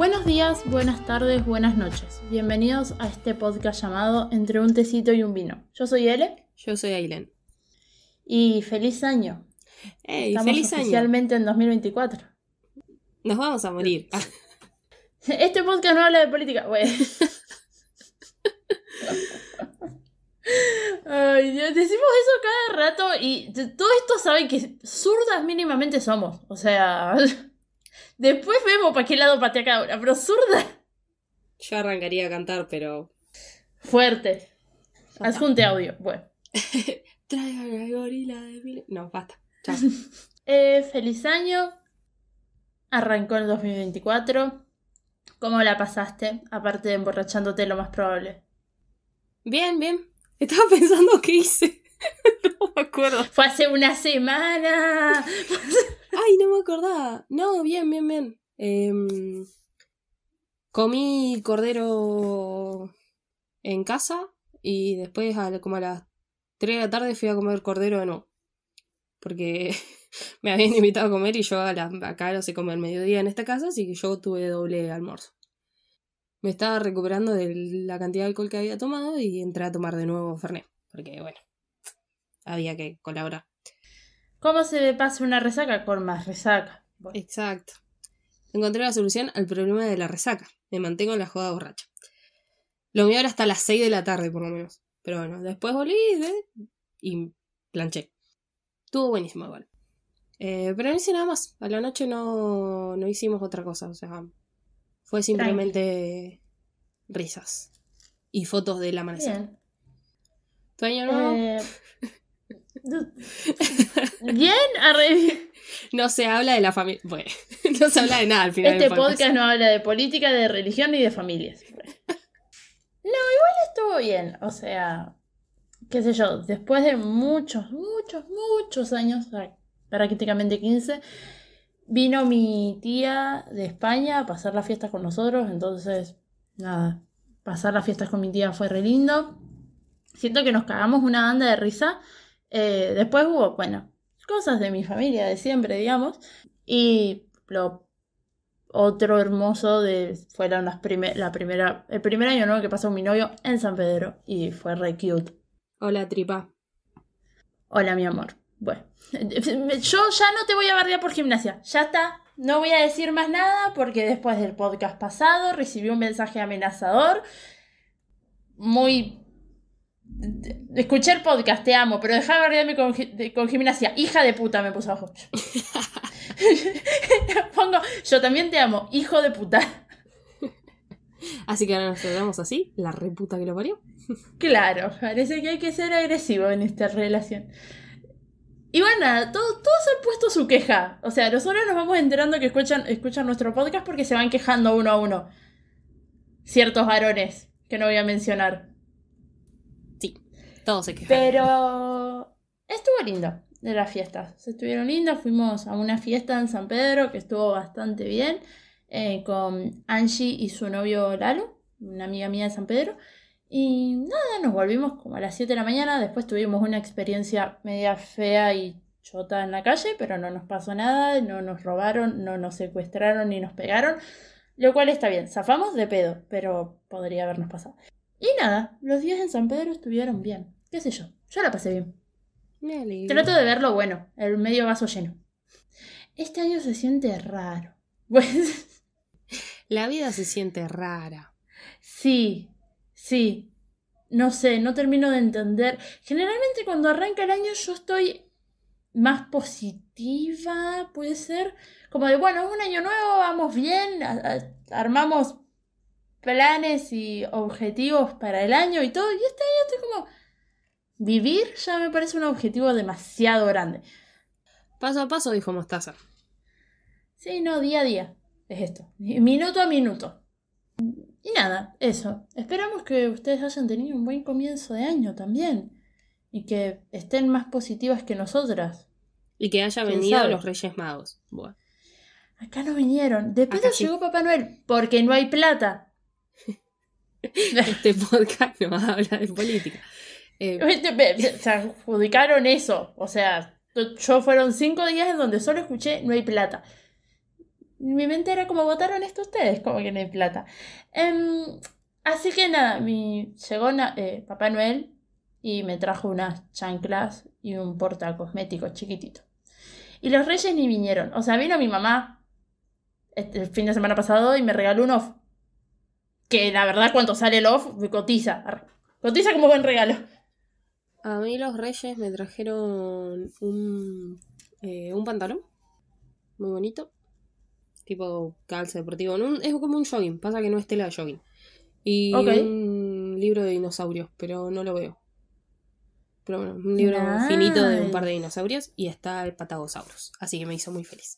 Buenos días, buenas tardes, buenas noches. Bienvenidos a este podcast llamado Entre un tecito y un vino. Yo soy Ele. Yo soy Ailen. Y feliz año. ¡Ey, Estamos feliz año! oficialmente en 2024. Nos vamos a morir. Este podcast no habla de política. Bueno. Ay, Dios, decimos eso cada rato y todo esto saben que zurdas mínimamente somos. O sea, después vemos para qué lado patea cada una, pero zurda. Yo arrancaría a cantar, pero... Fuerte. Adjunte audio. Bueno. Traigan al gorila de mil... No, basta. Chao. Feliz año. Arrancó el 2024. ¿Cómo la pasaste? Aparte de emborrachándote lo más probable. Bien, bien. Estaba pensando qué hice. No me acuerdo. Fue hace una semana. Ay, no me acordaba. No, bien, bien, bien. Comí cordero en casa y después como a las 3 de la tarde fui a comer cordero de nuevo. Porque me habían invitado a comer y yo acá no se come al mediodía en esta casa, así que yo tuve doble almuerzo. Me estaba recuperando de la cantidad de alcohol que había tomado y entré a tomar de nuevo Fernet. Porque, bueno, había que colaborar. ¿Cómo se pasa una resaca? Con más resaca. Bueno. Exacto. Encontré la solución al problema de la resaca. Me mantengo en la joda borracha. Lo mío era hasta las 6 de la tarde, por lo menos. Pero bueno, después volví y planché. Estuvo buenísimo igual. Pero no hice nada más. A la noche no hicimos otra cosa. O sea, fue simplemente risas. Y fotos del amanecer. Bien. ¿Tu año nuevo? Bien. No se habla de la familia. Bueno, no se habla de nada al final. Este podcast no habla de política, de religión ni de familias. No, igual estuvo bien. O sea, qué sé yo, después de muchos años, prácticamente 15, vino mi tía de España a pasar las fiestas con nosotros. Entonces, nada, pasar las fiestas con mi tía fue re lindo. Siento que nos cagamos una banda de risa. Después hubo, bueno, cosas de mi familia de siempre, digamos. Y lo otro hermoso fueron el primer año nuevo que pasó con mi novio en San Pedro. Y fue re cute. Hola, tripa. Hola, mi amor. Bueno, yo ya no te voy a bardear por gimnasia. Ya está. No voy a decir más nada porque después del podcast pasado recibí un mensaje amenazador. Escuché el podcast, te amo, pero dejá de bardearme con gimnasia. Hija de puta, me puso abajo. Pongo, yo también te amo, hijo de puta. Así que ahora nos tratamos así, la reputa que lo parió. Claro, parece que hay que ser agresivo en esta relación. Y bueno, nada, todos han puesto su queja. O sea, nosotros nos vamos enterando que escuchan nuestro podcast porque se van quejando uno a uno. Ciertos varones, que no voy a mencionar. Sí, todos se quejaron. Pero estuvo lindo de las fiestas. Estuvieron lindas, fuimos a una fiesta en San Pedro que estuvo bastante bien. Con Angie y su novio Lalo, una amiga mía de San Pedro. Y nada, nos volvimos como a las 7 de la mañana. Después tuvimos una experiencia media fea y chota en la calle, pero no nos pasó nada, no nos robaron, no nos secuestraron ni nos pegaron. Lo cual está bien, zafamos de pedo, pero podría habernos pasado. Y nada, los días en San Pedro estuvieron bien. ¿Qué sé yo? Yo la pasé bien. Me alegro. Trato de ver lo bueno, el medio vaso lleno. Este año se siente raro. Pues... La vida se siente rara. Sí. No sé, no termino de entender. Generalmente cuando arranca el año yo estoy más positiva, puede ser. Como de, bueno, es un año nuevo, vamos bien, armamos planes y objetivos para el año y todo. Y este año estoy como... Vivir ya me parece un objetivo demasiado grande. Paso a paso, dijo Mostaza. Sí, no, día a día es esto. Minuto a minuto. Y nada, eso. Esperamos que ustedes hayan tenido un buen comienzo de año también. Y que estén más positivas que nosotras. Y que haya venido los Reyes Magos. Bueno. Acá no vinieron. Después Acá llegó Papá Noel. Porque no hay plata. Este podcast no va a hablar de política. Se adjudicaron eso. O sea, yo fueron 5 días en donde solo escuché no hay plata. mi mente era como votaron esto ustedes, como que no hay plata. Así que nada, llegó Papá Noel y me trajo unas chanclas y un portacosméticos chiquitito. Y los reyes ni vinieron. O sea, vino mi mamá el fin de semana pasado y me regaló un off. Que la verdad, cuando sale el off, me cotiza. Cotiza como buen regalo. A mí los reyes me trajeron un pantalón muy bonito. Tipo calza deportivo. Es como un jogging. Pasa que no es tela de jogging. Y un libro de dinosaurios, pero no lo veo. Pero bueno, un libro finito de un par de dinosaurios. Y está el Patagosaurus. Así que me hizo muy feliz.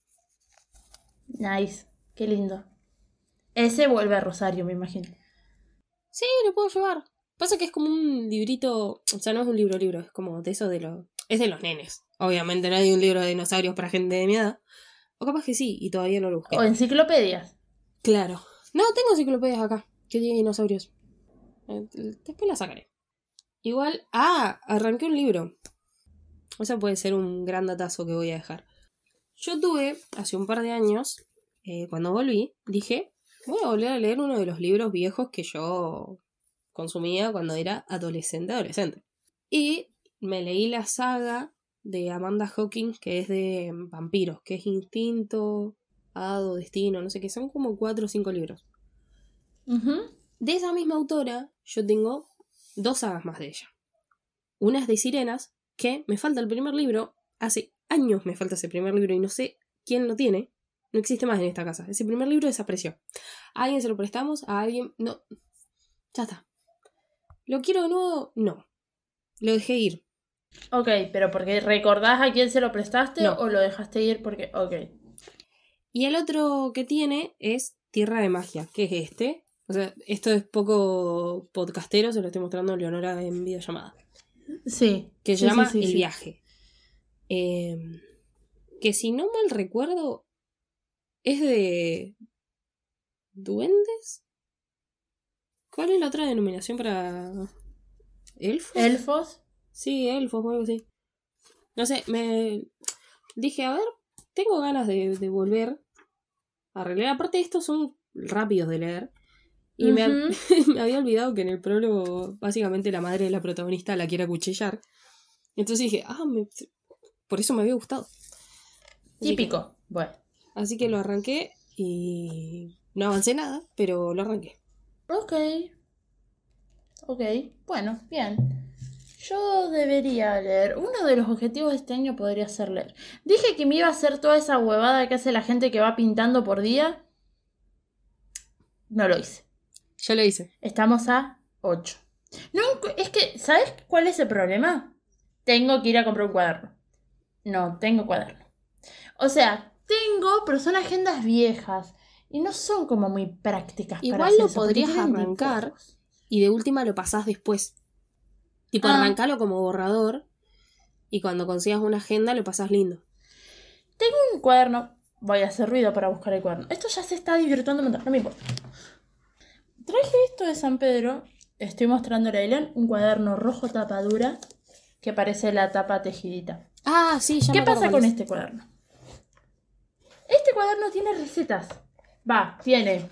Nice. Qué lindo. Ese vuelve a Rosario, me imagino. Sí, lo puedo llevar. Pasa que es como un librito. O sea, no es un libro, es como de eso de los. Es de los nenes. Obviamente no hay un libro de dinosaurios para gente de mi edad. O capaz que sí, y todavía no lo busqué. O enciclopedias. Claro. No, tengo enciclopedias acá. Que tiene dinosaurios. Después la sacaré. Igual. Arranqué un libro. O sea, puede ser un gran datazo que voy a dejar. Yo tuve, hace un par de años, cuando volví, dije, voy a volver a leer uno de los libros viejos que yo consumía cuando era adolescente. Y me leí la saga de Amanda Hawkins, que es de vampiros, que es Instinto, Hado, Destino, no sé qué, son como 4 o 5 libros. Uh-huh. De esa misma autora, yo tengo 2 sagas más de ella. Una es de Sirenas, que me falta el primer libro, hace años me falta ese primer libro y no sé quién lo tiene, no existe más en esta casa. Ese primer libro desapareció. ¿A alguien se lo prestamos? ¿A alguien? No. Ya está. ¿Lo quiero de nuevo? No. Lo dejé ir. Ok, pero porque recordás a quién se lo prestaste No. o lo dejaste ir porque... Ok. Y el otro que tiene es Tierra de Magia, que es este. O sea, esto es poco podcastero, se lo estoy mostrando a Leonora en videollamada. Sí. Que se llama El Viaje. Que si no mal recuerdo, es de duendes. ¿Cuál es la otra denominación para elfos? ¿Elfos? Sí, elfos o algo así. No sé, me dije, a ver, tengo ganas de volver a releer. Aparte, estos son rápidos de leer. Y me había olvidado que en el prólogo, básicamente, la madre de la protagonista la quiere acuchillar. Entonces dije, por eso me había gustado. Típico. Bueno. Así que lo arranqué y no avancé nada, pero lo arranqué. Ok. Bueno, bien. Yo debería leer. Uno de los objetivos de este año podría ser leer. Dije que me iba a hacer toda esa huevada que hace la gente que va pintando por día. No lo hice. Yo lo hice. Estamos a 8. No, es que, ¿sabes cuál es el problema? Tengo que ir a comprar un cuaderno. No, tengo cuaderno. O sea, pero son agendas viejas. Y no son como muy prácticas. Igual para hacer lo eso, podrías porque tienen arrancar dibujos. y de última lo pasás después. Tipo, arrancalo como borrador y cuando consigas una agenda lo pasás lindo. Tengo un cuaderno. Voy a hacer ruido para buscar el cuaderno. Esto ya se está divirtiendo un montón, no me importa. Traje esto de San Pedro. Estoy mostrándole a Elon un cuaderno rojo tapadura que parece la tapa tejidita. Ah, sí, ya me acuerdo. ¿Qué pasa con este cuaderno? Este cuaderno tiene recetas. Tiene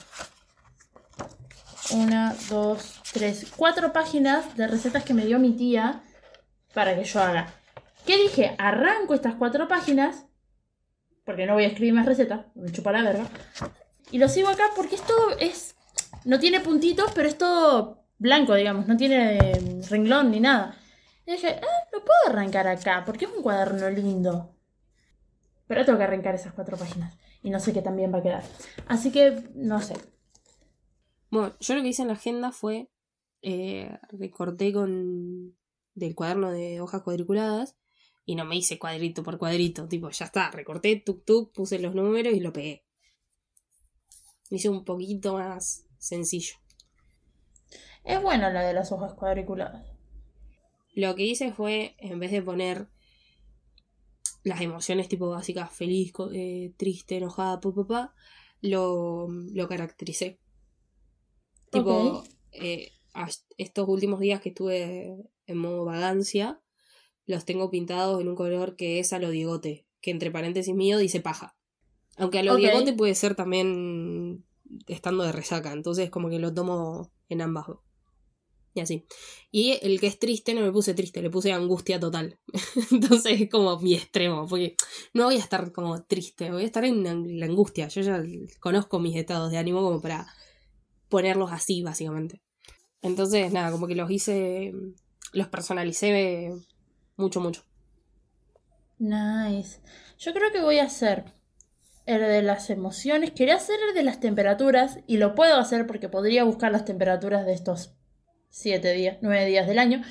1, 2, 3, 4 páginas de recetas que me dio mi tía para que yo haga. ¿Qué dije? Arranco estas 4 páginas porque no voy a escribir más recetas, me chupa la verga. Y lo sigo acá porque no tiene puntitos, pero es todo blanco, digamos, no tiene renglón ni nada. Y dije, lo puedo arrancar acá porque es un cuaderno lindo. Pero tengo que arrancar esas 4 páginas. Y no sé qué tan bien va a quedar. Así que, no sé. Bueno, yo lo que hice en la agenda fue recorté del cuaderno de hojas cuadriculadas y no me hice cuadrito por cuadrito. Tipo, ya está, recorté, puse los números y lo pegué. Me hice un poquito más sencillo. Es buena la de las hojas cuadriculadas. Lo que hice fue, en vez de poner las emociones tipo básicas, feliz, triste, enojada, lo caractericé. Tipo, estos últimos días que estuve en modo vagancia, los tengo pintados en un color que es a lo Diegote, que entre paréntesis mío dice paja. Aunque a lo Ok. Diegote puede ser también estando de resaca. Entonces como que lo tomo en ambas. Y así. Y el que es triste no le puse triste, le puse angustia total. Entonces es como mi extremo, porque no voy a estar como triste, voy a estar en la angustia. Yo ya conozco mis estados de ánimo como para ponerlos así, básicamente. Entonces, nada, como que los personalicé mucho, mucho. Nice. Yo creo que voy a hacer el de las emociones. Quería hacer el de las temperaturas y lo puedo hacer porque podría buscar las temperaturas de estos 9 días del año.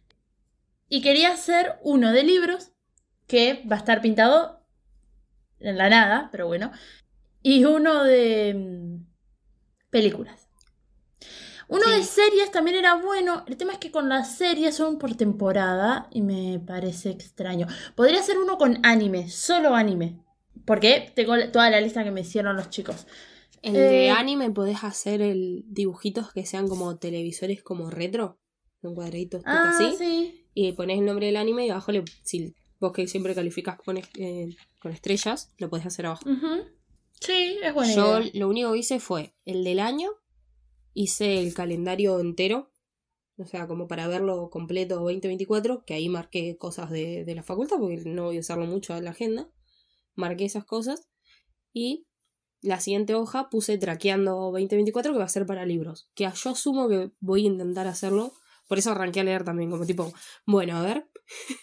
Y quería hacer uno de libros que va a estar pintado en la nada, pero bueno. Y uno de películas. Uno de Sí. series también era bueno. El tema es que con las series son por temporada y me parece extraño. Podría ser uno con anime, solo anime. Porque tengo toda la lista que me hicieron los chicos. El de anime podés hacer dibujitos que sean como televisores como retro, un cuadradito así, Sí. y ponés el nombre del anime y abajo, si vos que siempre calificás con estrellas, lo podés hacer abajo. Uh-huh. Sí, es buena Yo idea. lo único que hice fue el del año, hice el calendario entero, o sea, como para verlo completo 2024, que ahí marqué cosas de la facultad, porque no voy a usarlo mucho en la agenda, marqué esas cosas, y la siguiente hoja puse traqueando 2024, que va a ser para libros, que yo asumo que voy a intentar hacerlo, por eso arranqué a leer también, como tipo, bueno, a ver,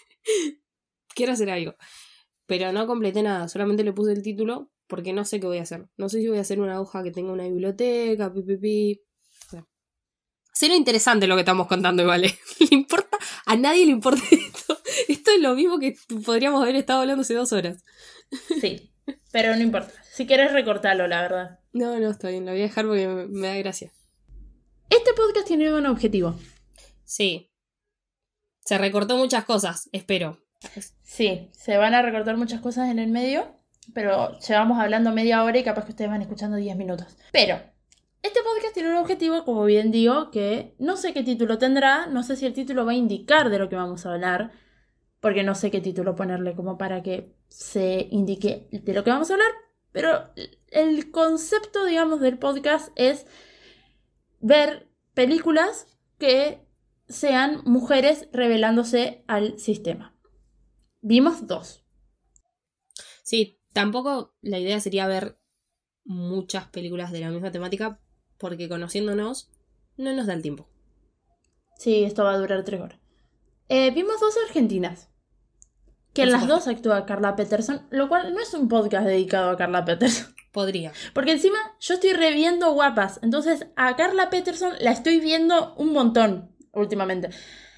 quiero hacer algo. Pero no completé nada, solamente le puse el título porque no sé qué voy a hacer. No sé si voy a hacer una hoja que tenga una biblioteca, pipipi. O sea, cero interesante lo que estamos contando, igual. ¿Le importa? A nadie le importa esto. Esto es lo mismo que podríamos haber estado hablando hace 2 horas. Sí, pero no importa. Si querés recortarlo, la verdad. No, está bien, lo voy a dejar porque me da gracia. Este podcast tiene un objetivo. Sí. Se recortó muchas cosas, espero. Sí, se van a recortar muchas cosas en el medio, pero llevamos hablando media hora y capaz que ustedes van escuchando 10 minutos. Pero este podcast tiene un objetivo, como bien digo, que no sé qué título tendrá, no sé si el título va a indicar de lo que vamos a hablar, porque no sé qué título ponerle como para que se indique de lo que vamos a hablar, pero el concepto, digamos, del podcast es ver películas que sean mujeres revelándose al sistema. Vimos 2. Sí, tampoco la idea sería ver muchas películas de la misma temática porque conociéndonos no nos da el tiempo. Sí, esto va a durar 3 horas. Vimos 2 argentinas. Que Por en las supuesto. 2 actúa Carla Peterson, lo cual no es un podcast dedicado a Carla Peterson. Podría. Porque encima yo estoy reviendo guapas. Entonces a Carla Peterson la estoy viendo un montón últimamente.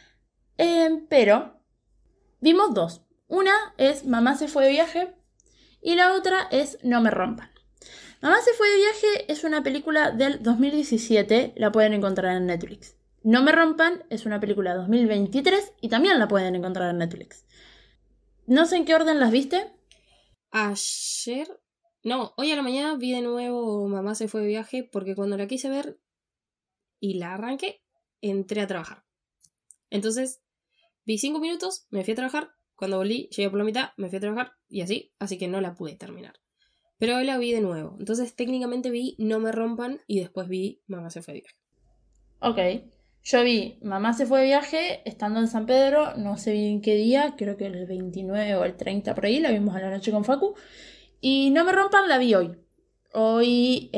Pero vimos 2. Una es Mamá se fue de viaje y la otra es No me rompan. Mamá se fue de viaje es una película del 2017, la pueden encontrar en Netflix. No me rompan es una película de 2023 y también la pueden encontrar en Netflix. No sé en qué orden las viste. Ayer. No, hoy a la mañana vi de nuevo Mamá se fue de viaje porque cuando la quise ver y la arranqué, entré a trabajar. Entonces, vi 5 minutos, me fui a trabajar. Cuando volví, llegué por la mitad, me fui a trabajar y así que no la pude terminar. Pero hoy la vi de nuevo. Entonces, técnicamente vi No me rompan y después vi Mamá se fue de viaje. Ok. Yo vi Mamá se fue de viaje estando en San Pedro, no sé bien qué día, creo que el 29 o el 30 por ahí, la vimos a la noche con Facu. Y No me rompan la vi hoy. Hoy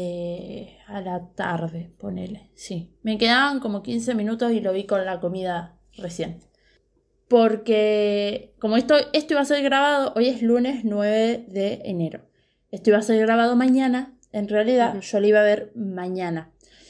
a la tarde, ponele. Sí. Me quedaban como 15 minutos y lo vi con la comida recién. Porque como esto iba a ser grabado, hoy es lunes 9 de enero. Esto iba a ser grabado mañana. En realidad, yo lo iba a ver mañana.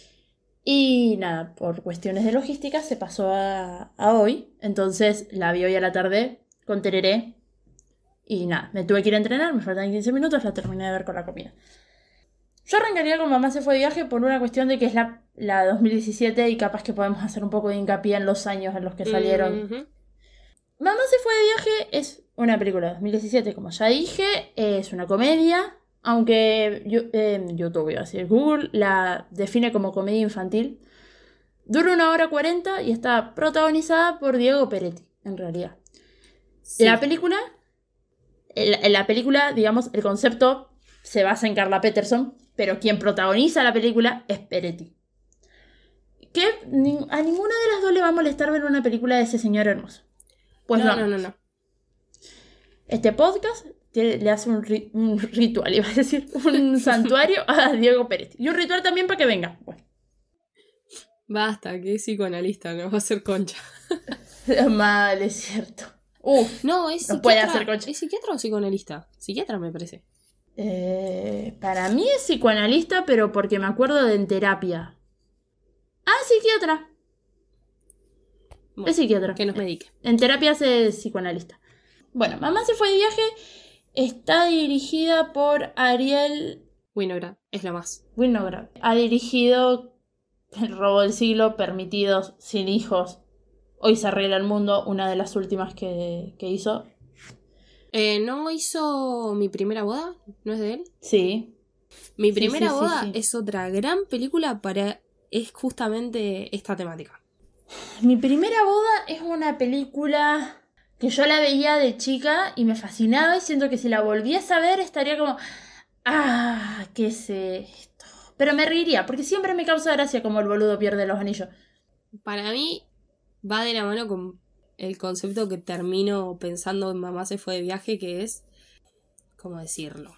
Y nada, por cuestiones de logística se pasó a hoy. Entonces la vi hoy a la tarde con tereré. Y nada, me tuve que ir a entrenar, me faltan 15 minutos, la terminé de ver con la comida. Yo arrancaría con Mamá se fue de viaje por una cuestión de que es la 2017 y capaz que podemos hacer un poco de hincapié en los años en los que salieron. Mamá se fue de viaje es una película de 2017, como ya dije, es una comedia, aunque YouTube, iba a decir, Google la define como comedia infantil. Dura 1 hora 40 y está protagonizada por Diego Peretti, en realidad. Sí. La película, digamos, el concepto se basa en Carla Peterson, pero quien protagoniza la película es Peretti. Que a ninguna de las dos le va a molestar ver una película de ese señor hermoso. Pues no. Este podcast le hace un ritual, iba a decir, un santuario a Diego Peretti. Y un ritual también para que venga. Bueno. Basta, que es psicoanalista, no va a ser Concha. Mal, es cierto. No, es no puede hacer Concha. ¿Es psiquiatra o psicoanalista? Psiquiatra me parece. Para mí es psicoanalista, pero porque me acuerdo de En Terapia. Psiquiatra. Bueno, es psiquiatra. Que nos medique. En Terapia es psicoanalista. Bueno, Mamá se fue de viaje. Está dirigida por Ariel Winograd, es la más. Winograd. Ha dirigido El robo del siglo, Permitidos, Sin hijos, Hoy se arregla el mundo, una de las últimas que hizo. ¿No hizo Mi primera boda? ¿No es de él? Sí. Mi primera boda es otra gran película es justamente esta temática. Mi primera boda es una película que yo la veía de chica y me fascinaba y siento que si la volviese a ver estaría como... ¿qué es esto? Pero me reiría, porque siempre me causa gracia como el boludo pierde los anillos. Para mí va de la mano con el concepto que termino pensando en Mamá se fue de viaje, que es... ¿Cómo decirlo?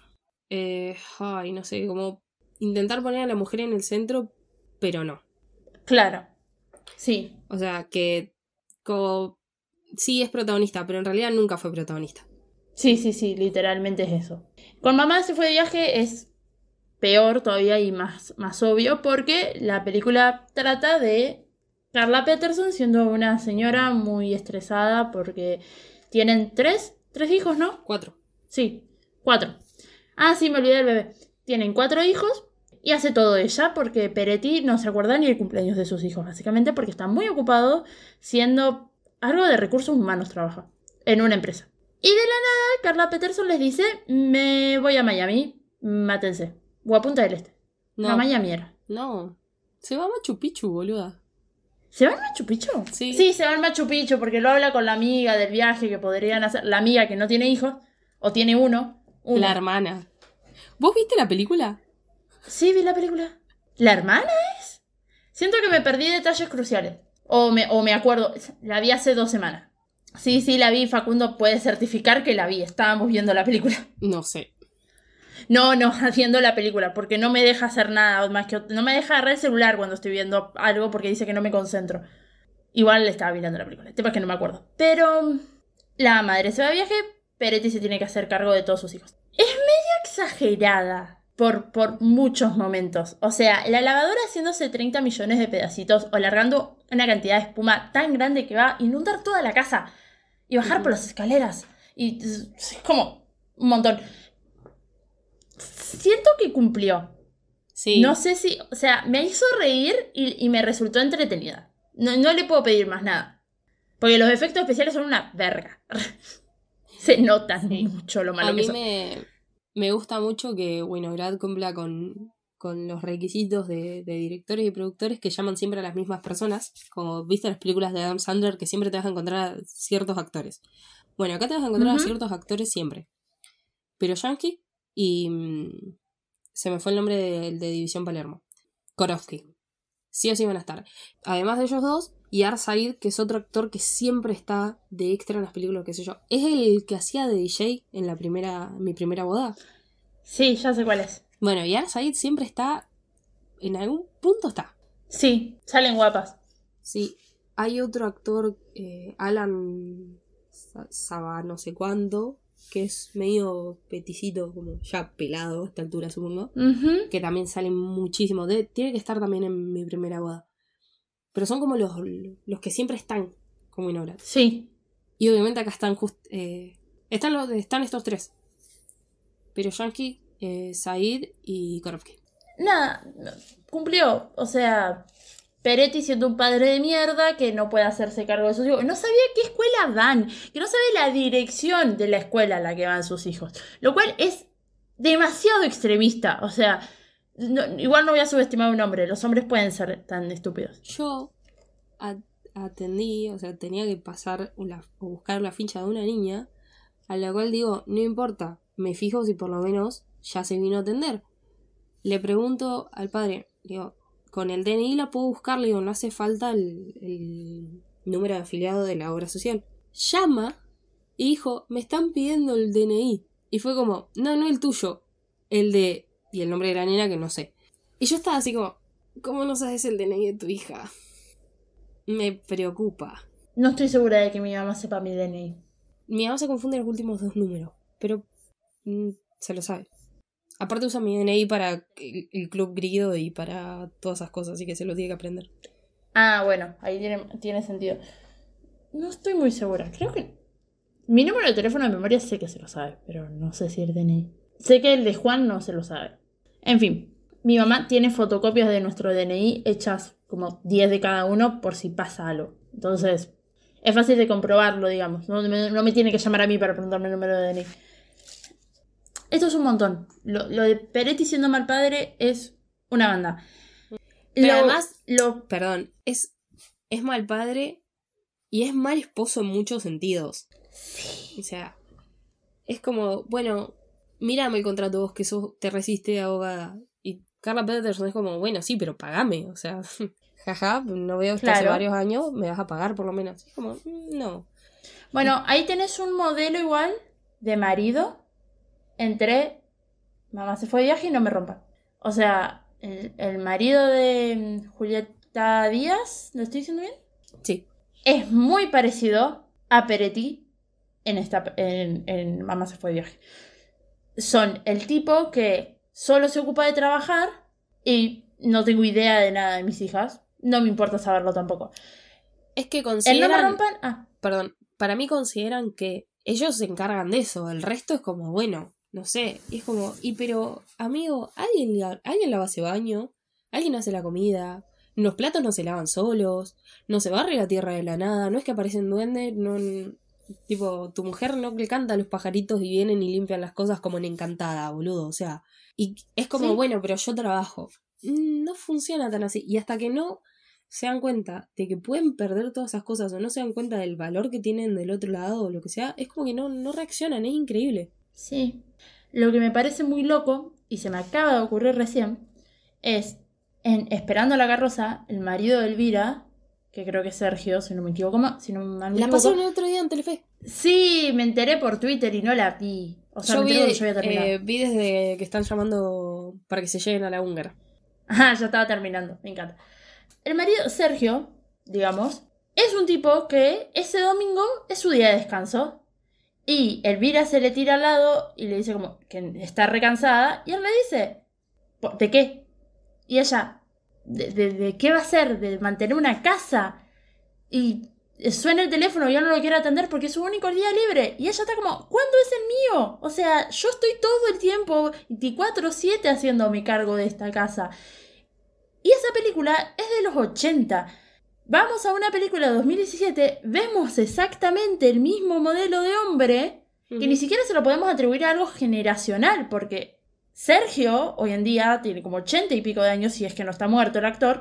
No sé, como intentar poner a la mujer en el centro, pero no. Claro, sí. O sea, que como sí es protagonista, pero en realidad nunca fue protagonista. Sí, literalmente es eso. Con Mamá se fue de viaje es peor todavía y más obvio, porque la película trata de Carla Peterson siendo una señora muy estresada porque tienen tres hijos, ¿no? 4. Sí, 4. Sí, me olvidé del bebé. Tienen 4 hijos y hace todo ella porque Peretti no se acuerda ni el cumpleaños de sus hijos, básicamente porque está muy ocupado siendo algo de recursos humanos, trabaja en una empresa. Y de la nada, Carla Peterson les dice, me voy a Miami, mátense. O a Punta del Este. No, a Miami era. No, se va a Machu Picchu, boluda. ¿Se va al Machu Picchu? Sí, se va al Machu Picchu porque lo habla con la amiga del viaje que podrían hacer. La amiga que no tiene hijos, o tiene uno. La hermana. ¿Vos viste la película? Sí, vi la película. ¿La hermana es? Siento que me perdí detalles cruciales. O me acuerdo. La vi hace 2 semanas. Sí, la vi. Facundo puede certificar que la vi. Estábamos viendo la película. No sé. No, viendo la película. Porque no me deja hacer nada más que... No me deja agarrar el celular cuando estoy viendo algo porque dice que no me concentro. Igual le estaba mirando la película. El tema es que no me acuerdo. Pero la madre se va de viaje. Peretti se tiene que hacer cargo de todos sus hijos. Es medio exagerada por muchos momentos. O sea, la lavadora haciéndose 30 millones de pedacitos o largando una cantidad de espuma tan grande que va a inundar toda la casa y bajar por las escaleras. Y es como un montón. Siento que cumplió. Sí. No sé si... O sea, me hizo reír y me resultó entretenida. No le puedo pedir más nada. Porque los efectos especiales son una verga. Se notan mucho lo malo que son. Me gusta mucho que Winograd cumpla con los requisitos de directores y productores que llaman siempre a las mismas personas. Como viste las películas de Adam Sandler, que siempre te vas a encontrar a ciertos actores. Bueno, acá te vas a encontrar a ciertos actores siempre. Pero Yankee y... se me fue el nombre de División Palermo. Korofsky. Sí o sí van a estar. Además de ellos dos, Yar Said, que es otro actor que siempre está de extra en las películas, qué sé yo. ¿Es el que hacía de DJ en Mi primera boda? Sí, ya sé cuál es. Bueno, Yar Said siempre está... En algún punto está. Sí, salen guapas. Sí. Hay otro actor, Alan Saba no sé cuánto, que es medio peticito, como ya pelado a esta altura, supongo. Que también salen muchísimo. Tiene que estar también en Mi primera boda. Pero son como los que siempre están como Winograd. Sí. Y obviamente acá están están estos 3. Pero Yankee, Said y Korofsky. Nada, cumplió. O sea, Peretti siendo un padre de mierda que no puede hacerse cargo de sus hijos. No sabía qué escuela van. Que no sabe la dirección de la escuela a la que van sus hijos. Lo cual es demasiado extremista. O sea... igual no voy a subestimar a un hombre. Los hombres pueden ser tan estúpidos. Yo atendí, o sea, tenía que pasar o buscar la ficha de una niña, a la cual digo, no importa, me fijo si por lo menos ya se vino a atender. Le pregunto al padre, digo, con el DNI la puedo buscar, le digo, no hace falta el número de afiliado de la obra social. Llama y dijo, me están pidiendo el DNI. Y fue como, no el tuyo, el de... Y el nombre de la nena que no sé. Y yo estaba así como, ¿cómo no sabes el DNI de tu hija? Me preocupa. No estoy segura de que mi mamá sepa mi DNI. Mi mamá se confunde los últimos 2 números, pero se lo sabe. Aparte usa mi DNI para el Club Grido y para todas esas cosas, así que se lo tiene que aprender. Ah, bueno, ahí tiene sentido. No estoy muy segura. Creo que... Mi número de teléfono de memoria sé que se lo sabe, pero no sé si el DNI. Sé que el de Juan no se lo sabe. En fin, mi mamá tiene fotocopias de nuestro DNI hechas como 10 de cada uno por si pasa algo. Entonces, es fácil de comprobarlo, digamos. No me tiene que llamar a mí para preguntarme el número de DNI. Esto es un montón. Lo de Peretti siendo mal padre es una banda. Pero además, perdón, es mal padre y es mal esposo en muchos sentidos. Sí. O sea, es como, bueno, mírame el contrato vos que te resiste abogada. Y Carla Peterson es como, bueno, sí, pero pagame. O sea, jaja, no veo esto hace varios años, me vas a pagar por lo menos. Es como, no. Bueno, ahí tenés un modelo igual de marido entre mamá se fue de viaje y no me rompan. O sea, el marido de Julieta Díaz, ¿lo estoy diciendo bien? Sí. Es muy parecido a Peretti en Mamá se fue de viaje. Son el tipo que solo se ocupa de trabajar y no tengo idea de nada de mis hijas. No me importa saberlo tampoco. Es que consideran... ¿El no me rompan? Perdón, para mí consideran que ellos se encargan de eso. El resto es como, bueno, no sé. Y es como, pero, amigo, alguien lava ese baño, alguien hace la comida, los platos no se lavan solos, no se barre la tierra de la nada, no es que aparecen duendes, no... Tipo, tu mujer no le canta a los pajaritos y vienen y limpian las cosas como en Encantada, boludo. O sea, y es como, bueno, pero yo trabajo. No funciona tan así. Y hasta que no se dan cuenta de que pueden perder todas esas cosas o no se dan cuenta del valor que tienen del otro lado o lo que sea, es como que no reaccionan, es increíble. Sí. Lo que me parece muy loco, y se me acaba de ocurrir recién, es en Esperando la carroza, el marido de Elvira, que creo que es Sergio, si no me equivoco. La pasaron el otro día en Telefe. Sí, me enteré por Twitter y no la vi. O sea, me enteré cuando yo había terminado. Vi desde que están llamando para que se lleguen a la húngara. Ajá, ya estaba terminando, me encanta. El marido, Sergio, digamos, es un tipo que ese domingo es su día de descanso. Y Elvira se le tira al lado y le dice como que está recansada. Y él le dice, ¿de qué? Y ella, ¿de qué va a ser? ¿De mantener una casa? Y suena el teléfono y ya no lo quiere atender porque es su único día libre. Y ella está como, ¿cuándo es el mío? O sea, yo estoy todo el tiempo 24/7 haciéndome cargo de esta casa. Y esa película es de los 80. Vamos a una película de 2017, vemos exactamente el mismo modelo de hombre, que ni siquiera se lo podemos atribuir a algo generacional, porque Sergio hoy en día tiene como 80 y pico de años, si es que no está muerto el actor,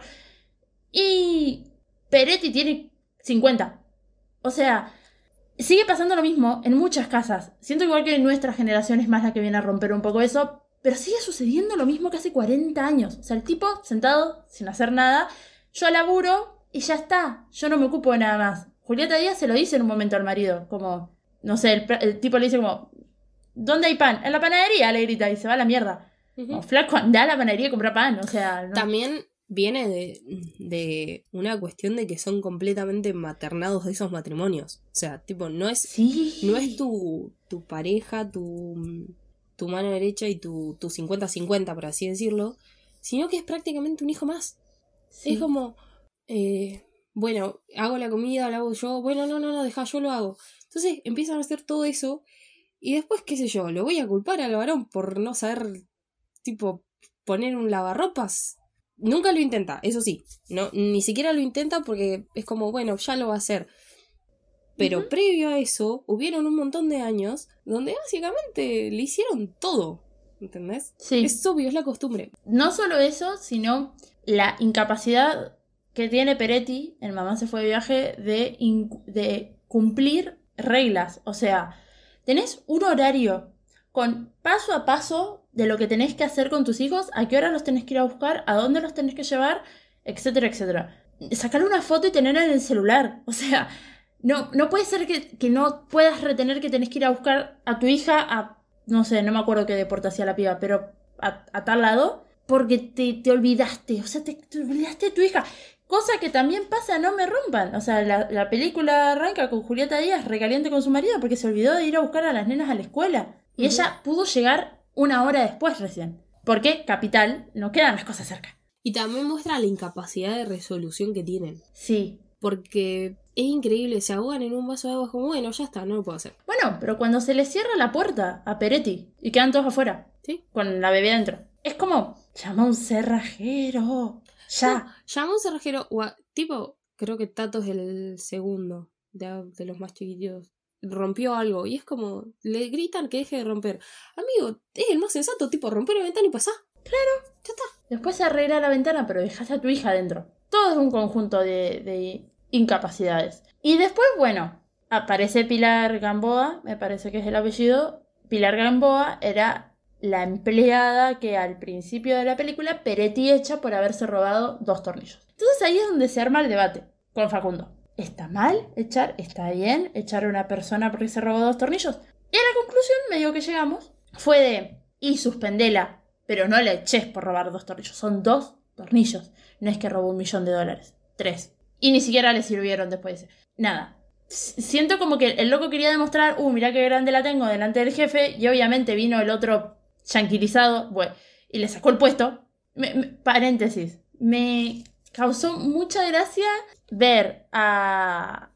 y Peretti tiene 50. O sea, sigue pasando lo mismo en muchas casas. Siento igual que nuestra generación es más la que viene a romper un poco eso, pero sigue sucediendo lo mismo que hace 40 años. O sea, el tipo sentado sin hacer nada, yo laburo y ya está. Yo no me ocupo de nada más. Julieta Díaz se lo dice en un momento al marido, como, no sé, el tipo le dice como, ¿dónde hay pan? En la panadería, le grita, y se va a la mierda. Como, flaco, anda a la panadería y compra pan, o sea... No. También viene de una cuestión de que son completamente maternados de esos matrimonios. O sea, tipo, no es tu pareja, tu mano derecha y tu 50-50, por así decirlo, sino que es prácticamente un hijo más. Sí. Es como, bueno, hago la comida, la hago yo, bueno, no, deja, yo lo hago. Entonces empiezan a hacer todo eso y después, qué sé yo, lo voy a culpar al varón por no saber, tipo, poner un lavarropas. Nunca lo intenta, eso sí, no, ni siquiera lo intenta porque es como, bueno, ya lo va a hacer. Pero previo a eso, hubieron un montón de años donde básicamente le hicieron todo, ¿entendés? Sí. Es obvio, es la costumbre. No solo eso, sino la incapacidad que tiene Peretti, en Mamá se fue de viaje, de cumplir reglas. O sea, tenés un horario con paso a paso de lo que tenés que hacer con tus hijos, a qué hora los tenés que ir a buscar, a dónde los tenés que llevar, etcétera, etcétera. Sacarle una foto y tenerla en el celular. O sea, no puede ser que no puedas retener que tenés que ir a buscar a tu hija a, no sé, no me acuerdo qué deporte hacía la piba, pero a tal lado, porque te olvidaste. O sea, te olvidaste de tu hija. Cosa que también pasa, no me rompan. O sea, la película arranca con Julieta Díaz recaliente con su marido porque se olvidó de ir a buscar a las nenas a la escuela. Y ella pudo llegar 1 hora después recién. Porque, Capital, no quedan las cosas cerca. Y también muestra la incapacidad de resolución que tienen. Sí. Porque es increíble, se ahogan en un vaso de agua como, bueno, ya está, no lo puedo hacer. Bueno, pero cuando se le cierra la puerta a Peretti y quedan todos afuera, ¿Sí? con la bebé dentro, es como, llama a un cerrajero. Ya. No, llama a un cerrajero, tipo, creo que Tato es el segundo de los más chiquititos. Rompió algo y es como, le gritan que deje de romper. Amigo, es el más sensato, tipo, romper la ventana y pasá. Claro. Ya está. Después se arregla la ventana, pero dejaste a tu hija adentro. Todo es un conjunto de incapacidades. Y después, bueno, aparece Pilar Gamboa, me parece que es el apellido. Pilar Gamboa era la empleada que al principio de la película Peretti echa por haberse robado 2 tornillos. Entonces ahí es donde se arma el debate con Facundo. ¿Está mal echar? ¿Está bien echar a una persona porque se robó 2 tornillos? Y a la conclusión medio que llegamos fue de, y suspendela, pero no la eches por robar 2 tornillos. Son 2 tornillos. No es que robó $1.000.000. 3. Y ni siquiera le sirvieron después. Nada. Siento como que el loco quería demostrar, mirá qué grande la tengo delante del jefe, y obviamente vino el otro yanquilizado, bueno, y le sacó el puesto. Paréntesis. Me causó mucha gracia ver a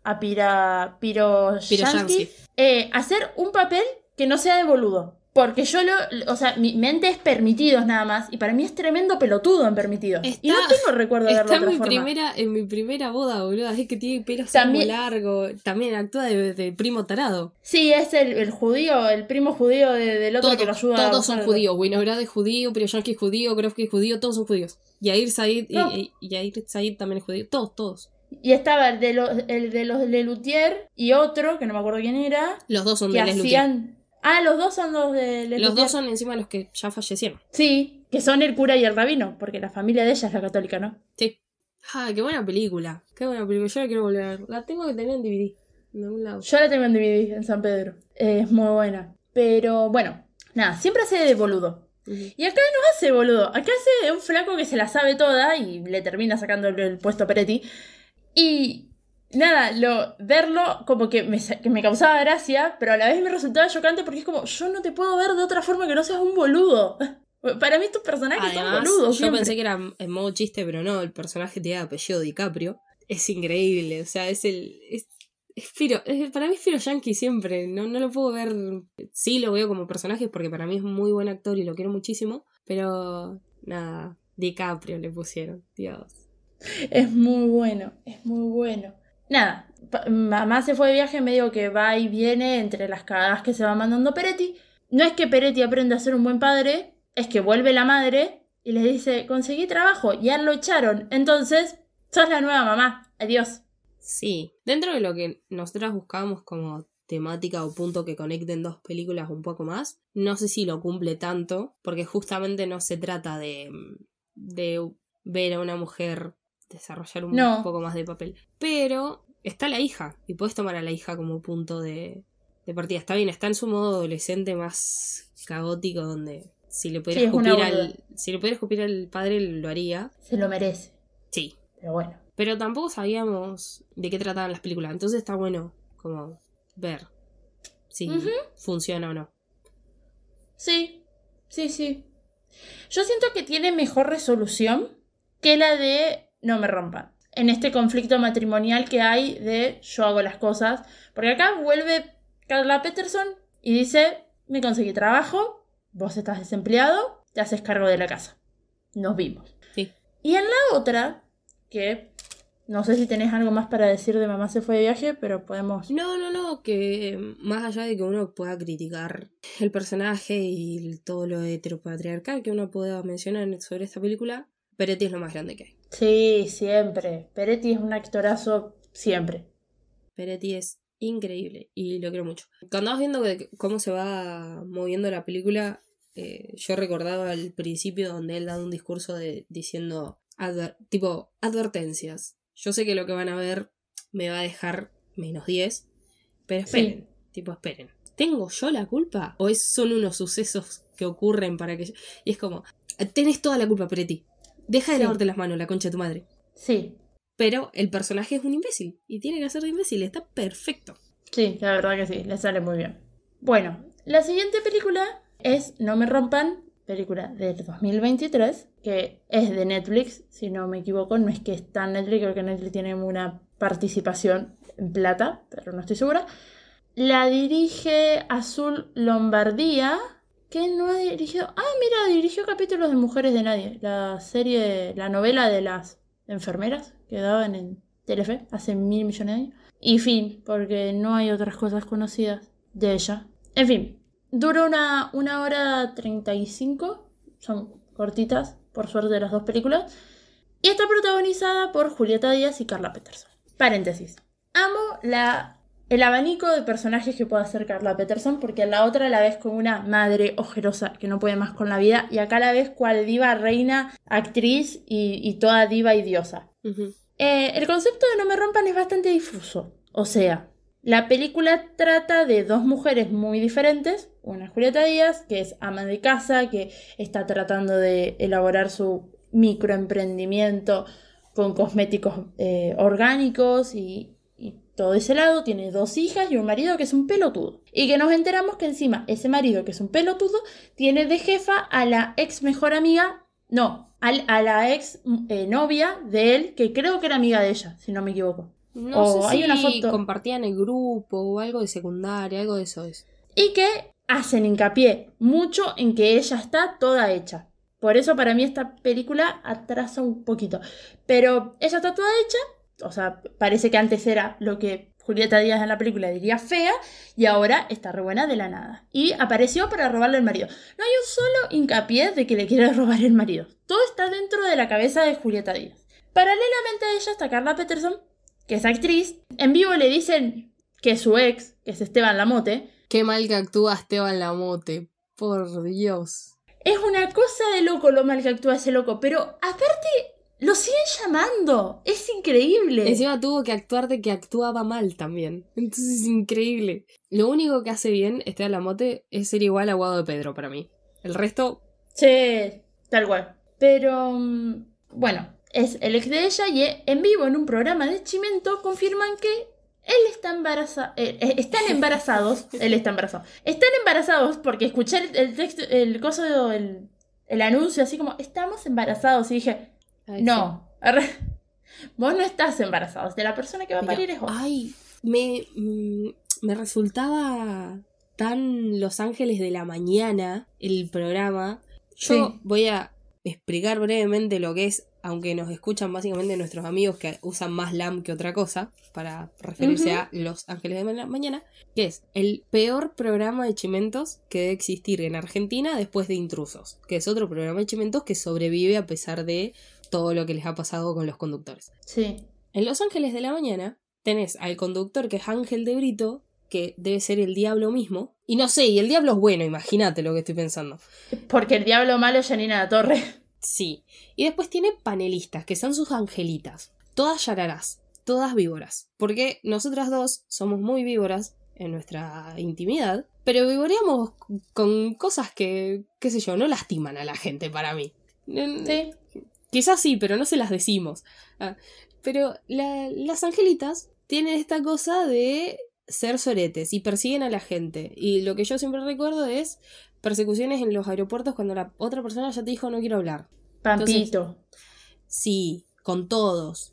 Piro Yankee hacer un papel que no sea de boludo. Porque yo o sea, mi mente es permitidos nada más. Y para mí es tremendo pelotudo en permitidos. Y no tengo recuerdo de verlo de otra forma. En mi primera boda, boludo. Es que tiene pelo también, muy largo. También actúa de primo tarado. Sí, es el judío, el primo judío del otro que lo ayuda. Todos son judíos. Winograd es judío, Piro Yankee es judío, Grofky es judío. Todos son judíos. Yair Said y Yair Said también es judío. Todos. Y estaba el de los Lelutier y otro, que no me acuerdo quién era. Los dos son de Lelutier. Los dos son los de Lelutier. Los dos son encima los que ya fallecieron. Sí, que son el cura y el rabino, porque la familia de ella es la católica, ¿no? Sí. Qué buena película. Qué buena película. Yo la quiero volver a ver. La tengo que tener en DVD. De algún lado. Yo la tengo en DVD en San Pedro. Es muy buena. Pero bueno, nada, siempre hace de boludo. Y acá no hace boludo. Acá hace un flaco que se la sabe toda y le termina sacando el puesto a Peretti. Y nada, verlo como que me causaba gracia, pero a la vez me resultaba chocante porque es como, yo no te puedo ver de otra forma que no seas un boludo. Para mí tus personajes son boludos. Yo pensé que era en modo chiste, pero no, el personaje tiene apellido DiCaprio. Es increíble, o sea, para mí es Piro Yankee siempre, no lo puedo ver, sí lo veo como personaje porque para mí es muy buen actor y lo quiero muchísimo, pero nada, DiCaprio le pusieron, Dios. Es muy bueno, es muy bueno. Nada, mamá se fue de viaje medio que va y viene entre las cagadas que se va mandando Peretti. No es que Peretti aprenda a ser un buen padre, es que vuelve la madre y les dice, conseguí trabajo, ya lo echaron, entonces sos la nueva mamá, adiós. Sí, dentro de lo que nosotras buscábamos como temática o punto que conecten dos películas un poco más, no sé si lo cumple tanto, porque justamente no se trata de ver a una mujer desarrollar un poco más de papel. Pero está la hija, y puedes tomar a la hija como punto de partida. Está bien, está en su modo adolescente más caótico, donde si le pudiera escupir al padre lo haría. Se lo merece. Sí. Pero bueno. Pero tampoco sabíamos de qué trataban las películas. Entonces está bueno como ver si funciona o no. Sí. Yo siento que tiene mejor resolución que la de No me rompan. En este conflicto matrimonial que hay de yo hago las cosas. Porque acá vuelve Carla Peterson y dice, me conseguí trabajo, vos estás desempleado, te haces cargo de la casa. Nos vimos. Sí. Y en la otra, que no sé si tenés algo más para decir de Mamá se fue de viaje, pero podemos... No, que más allá de que uno pueda criticar el personaje y todo lo heteropatriarcal que uno pueda mencionar sobre esta película, Peretti es lo más grande que hay. Sí, siempre. Peretti es un actorazo siempre. Peretti es increíble y lo quiero mucho. Cuando vas viendo cómo se va moviendo la película, yo recordaba al principio donde él da un discurso diciendo tipo advertencias. Yo sé que lo que van a ver me va a dejar -10, pero esperen, tipo esperen. ¿Tengo yo la culpa? ¿O son unos sucesos que ocurren para que yo... Y es como, tenés toda la culpa, Peretti. Deja de lavarte las manos, la concha de tu madre. Sí. Pero el personaje es un imbécil y tiene que hacer de imbécil, está perfecto. Sí, la verdad que sí, le sale muy bien. Bueno, la siguiente película es No me rompan, película del 2023, que es de Netflix, si no me equivoco, no es que está en Netflix, creo que Netflix tiene una participación en plata, pero no estoy segura. La dirige Azul Lombardía, que no ha dirigido... Ah, mira, dirigió capítulos de Mujeres de Nadie, la serie, la novela de las enfermeras que daban en Telefe hace 1.000 millones de años. Y fin, porque no hay otras cosas conocidas de ella. En fin, dura una hora 35, son cortitas, por suerte, las dos películas. Y está protagonizada por Julieta Díaz y Carla Peterson. Paréntesis. Amo el abanico de personajes que puede hacer Carla Peterson, porque en la otra la ves como una madre ojerosa que no puede más con la vida, y acá la ves cual diva, reina, actriz y toda diva y diosa. Uh-huh. El concepto de No me rompan es bastante difuso. O sea, la película trata de dos mujeres muy diferentes. Una es Julieta Díaz, que es ama de casa, que está tratando de elaborar su microemprendimiento con cosméticos orgánicos y todo ese lado. Tiene 2 hijas y un marido que es un pelotudo. Y que nos enteramos que encima ese marido que es un pelotudo tiene de jefa a la ex mejor amiga, no, a la ex novia de él, que creo que era amiga de ella, si no me equivoco. No sé si hay una foto, compartían el grupo o algo de secundaria, algo de eso es. Y que hacen hincapié mucho en que ella está toda hecha. Por eso para mí esta película atrasa un poquito. Pero ella está toda hecha, o sea, parece que antes era lo que Julieta Díaz en la película diría fea, y ahora está re buena de la nada. Y apareció para robarle el marido. No hay un solo hincapié de que le quiere robar el marido. Todo está dentro de la cabeza de Julieta Díaz. Paralelamente a ella está Carla Peterson, que es actriz. En vivo le dicen que su ex, que es Esteban Lamote... Qué mal que actúa Esteban Lamote, por Dios. Es una cosa de loco lo mal que actúa ese loco, pero aparte lo siguen llamando. Es increíble. Encima tuvo que actuar de que actuaba mal también. Entonces es increíble. Lo único que hace bien Esteban Lamote es ser igual a Guado de Pedro para mí. El resto... Sí, tal cual. Pero, bueno, es el ex de ella y en vivo en un programa de Chimento confirman que él está embarazado. Están embarazados. Él está embarazado. Están embarazados porque escuché el texto, el anuncio así como, estamos embarazados. Y dije, ay, no, sí. Vos no estás embarazado. De la persona que va a parir es vos. Ay, me resultaba tan Los Ángeles de la Mañana el programa. Yo voy a explicar brevemente lo que es, aunque nos escuchan básicamente nuestros amigos que usan más LAM que otra cosa para referirse a Los Ángeles de la Mañana, que es el peor programa de chimentos que debe existir en Argentina después de Intrusos, que es otro programa de chimentos que sobrevive a pesar de todo lo que les ha pasado con los conductores. Sí. En Los Ángeles de la Mañana tenés al conductor que es Ángel de Brito, que debe ser el diablo mismo. Y no sé, y el diablo es bueno, imagínate lo que estoy pensando. Porque el diablo malo es Janina Latorre. Sí. Y después tiene panelistas, que son sus angelitas. Todas yararás, todas víboras. Porque nosotras dos somos muy víboras en nuestra intimidad, pero vivoreamos con cosas que, qué sé yo, no lastiman a la gente para mí. Sí. Quizás sí, pero no se las decimos. Pero las angelitas tienen esta cosa de ser soretes y persiguen a la gente. Y lo que yo siempre recuerdo es persecuciones en los aeropuertos cuando la otra persona ya te dijo no quiero hablar. Pampito. Entonces, sí, con todos.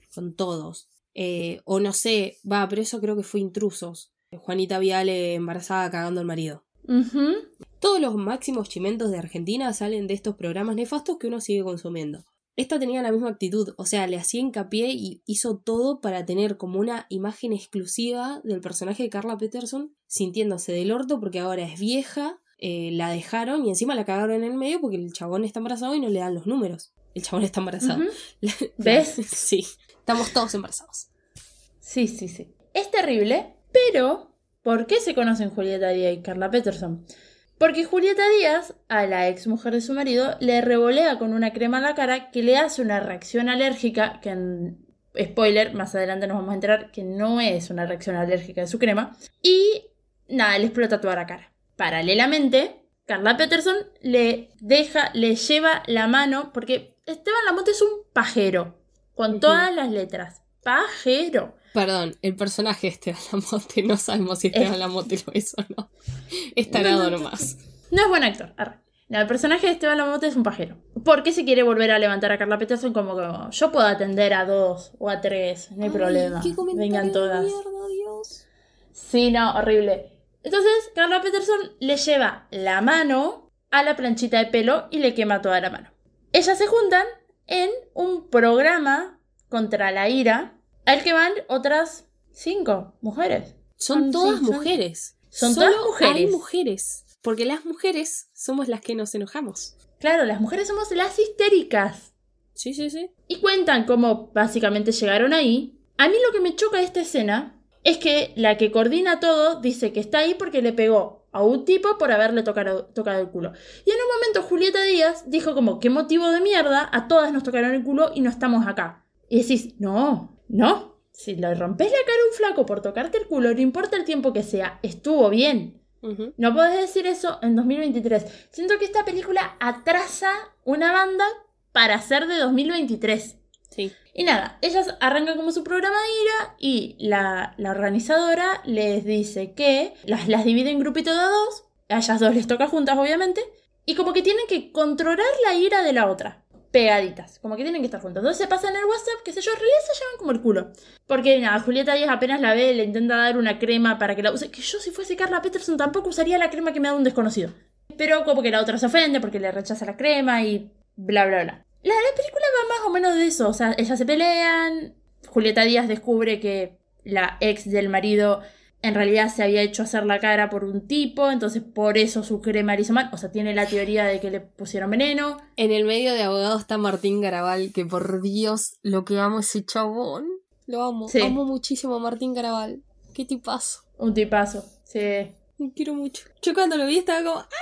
O no sé, pero eso creo que fue Intrusos. Juanita Viale embarazada cagando al marido. Uh-huh. Todos los máximos chimentos de Argentina salen de estos programas nefastos que uno sigue consumiendo. Esta tenía la misma actitud, o sea, le hacía hincapié y hizo todo para tener como una imagen exclusiva del personaje de Carla Peterson, sintiéndose del orto porque ahora es vieja, la dejaron y encima la cagaron en el medio porque el chabón está embarazado y no le dan los números. El chabón está embarazado. Uh-huh. ¿Ves? Sí, estamos todos embarazados. Sí. Es terrible, pero ¿por qué se conocen Julieta Díaz y Carla Peterson? Porque Julieta Díaz, a la ex mujer de su marido, le revolea con una crema en la cara que le hace una reacción alérgica, que spoiler, más adelante nos vamos a enterar que no es una reacción alérgica de su crema, y nada, le explota toda la cara. Paralelamente, Carla Peterson le lleva la mano, porque Esteban Lamote es un pajero, con todas las letras, pajero. Perdón, el personaje de Esteban Lamote, no sabemos si Esteban Lamote lo es o no. Es tarado nomás. No es buen actor. No, el personaje de Esteban Lamote es un pajero. ¿Por qué se quiere volver a levantar a Carla Peterson como que yo puedo atender a 2 o a 3? No hay problema. ¿Qué Vengan todas. Mierda, Dios. Sí, no, horrible. Entonces, Carla Peterson le lleva la mano a la planchita de pelo y le quema toda la mano. Ellas se juntan en un programa contra la ira al que van otras 5 mujeres. Son todas mujeres. Son todas mujeres. Hay mujeres. Porque las mujeres somos las que nos enojamos. Claro, las mujeres somos las histéricas. Sí, sí, sí. Y cuentan cómo básicamente llegaron ahí. A mí lo que me choca de esta escena es que la que coordina todo dice que está ahí porque le pegó a un tipo por haberle tocado el culo. Y en un momento Julieta Díaz dijo como, ¿qué motivo de mierda? A todas nos tocaron el culo y no estamos acá. Y decís, no. Si le rompes la cara a un flaco por tocarte el culo, no importa el tiempo que sea, estuvo bien. Uh-huh. No podés decir eso en 2023. Siento que esta película atrasa una banda para ser de 2023. Sí. Y nada, ellas arrancan como su programa de ira y la organizadora les dice que las divide en grupitos de 2. A ellas 2 les toca juntas, obviamente. Y como que tienen que controlar la ira de la otra. Pegaditas, como que tienen que estar juntas. Entonces se pasan el WhatsApp, qué sé yo, en realidad se llevan como el culo. Porque nada, Julieta Díaz apenas la ve, le intenta dar una crema para que la use. Que yo si fuese Carla Peterson tampoco usaría la crema que me da un desconocido. Pero como que la otra se ofende porque le rechaza la crema y bla bla bla. La película va más o menos de eso, o sea, ellas se pelean. Julieta Díaz descubre que la ex del marido en realidad se había hecho hacer la cara por un tipo, entonces por eso su crema le hizo mal. O sea, tiene la teoría de que le pusieron veneno. En el medio de abogado está Martín Garabal, que por Dios, lo que amo ese chabón. Lo amo, sí. Amo muchísimo a Martín Garabal. Qué tipazo. Un tipazo, sí. Me quiero mucho. Yo cuando lo vi estaba como ¡ah!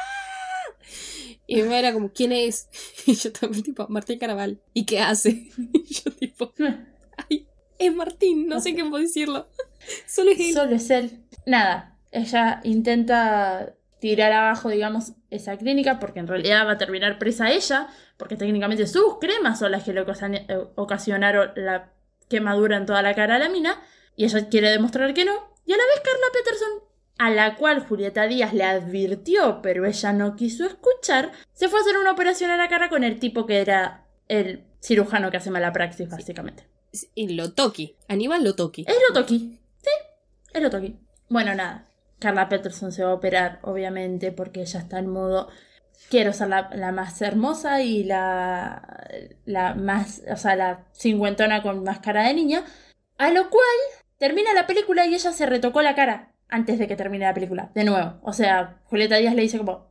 Y me era como, ¿quién es? Y yo también tipo, Martín Garabal. ¿Y qué hace? Y yo tipo, ay, es Martín, no sé qué puedo decirlo. Solo es él. Solo es él. Nada, ella intenta tirar abajo, digamos, esa clínica porque en realidad va a terminar presa ella, porque técnicamente sus cremas son las que le ocasionaron la quemadura en toda la cara a la mina, y ella quiere demostrar que no. Y a la vez Carla Peterson, a la cual Julieta Díaz le advirtió, pero ella no quiso escuchar, se fue a hacer una operación a la cara con el tipo que era el cirujano que hace mala praxis, básicamente. Y Lotoki, Aníbal Lotoki. Es Lotoki, sí, es Lotoki. Bueno, nada, Carla Peterson se va a operar, obviamente, porque ella está en modo, quiero ser la más hermosa y la más, o sea, la cincuentona con más cara de niña, a lo cual termina la película y ella se retocó la cara antes de que termine la película, de nuevo. O sea, Julieta Díaz le dice como,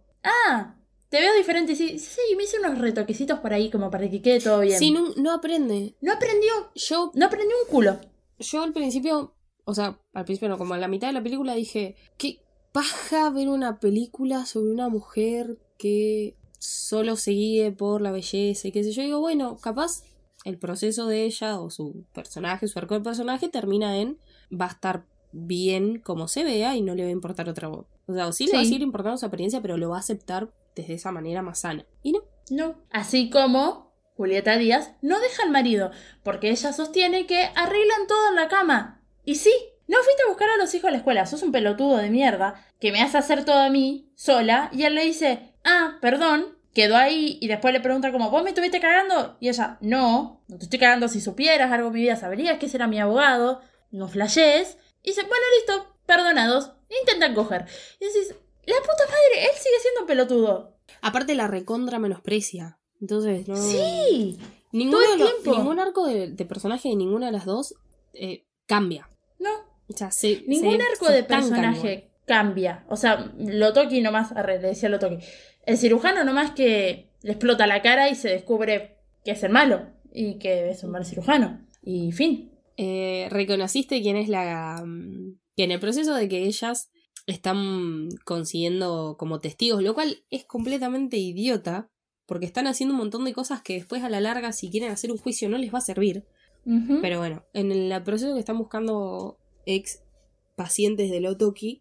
te veo diferente. Sí, me hice unos retoquecitos por ahí como para que quede todo bien. Sí, no aprende. No aprendió. No aprendió un culo. Yo al principio, o sea, al principio no, como a la mitad de la película dije, qué paja ver una película sobre una mujer que solo se guíe por la belleza y qué sé yo. Digo, bueno, capaz el proceso de ella o su personaje, su arco de personaje termina en va a estar bien como se vea y no le va a importar otra voz. O sea, sí le va a seguir importando su apariencia, pero lo va a aceptar desde esa manera más sana. Y no. Así como Julieta Díaz no deja al marido, porque ella sostiene que arreglan todo en la cama. Y sí, no fuiste a buscar a los hijos a la escuela, sos un pelotudo de mierda que me hace hacer todo a mí, sola, y él le dice, perdón, quedó ahí, y después le pregunta como, ¿vos me estuviste cagando? Y ella, no te estoy cagando, si supieras algo de mi vida, sabrías que ese era mi abogado, no flashees. Y dice, bueno, listo, perdonados, intentan coger. Y decís, la puta madre, él sigue siendo un pelotudo. Aparte la recontra menosprecia. Entonces, no. Sí. Ningún arco de personaje de ninguna de las dos cambia. No. O sea, ningún arco de personaje cambia. O sea, Lotoki nomás, le decía Lotoki. El cirujano nomás que le explota la cara y se descubre que es el malo. Y que es un mal cirujano. Y fin. Reconociste quién es que en el proceso de que ellas están consiguiendo como testigos, lo cual es completamente idiota, porque están haciendo un montón de cosas que después a la larga, si quieren hacer un juicio, no les va a servir. Ujú. Pero bueno, en el proceso que están buscando ex pacientes de Lotoki,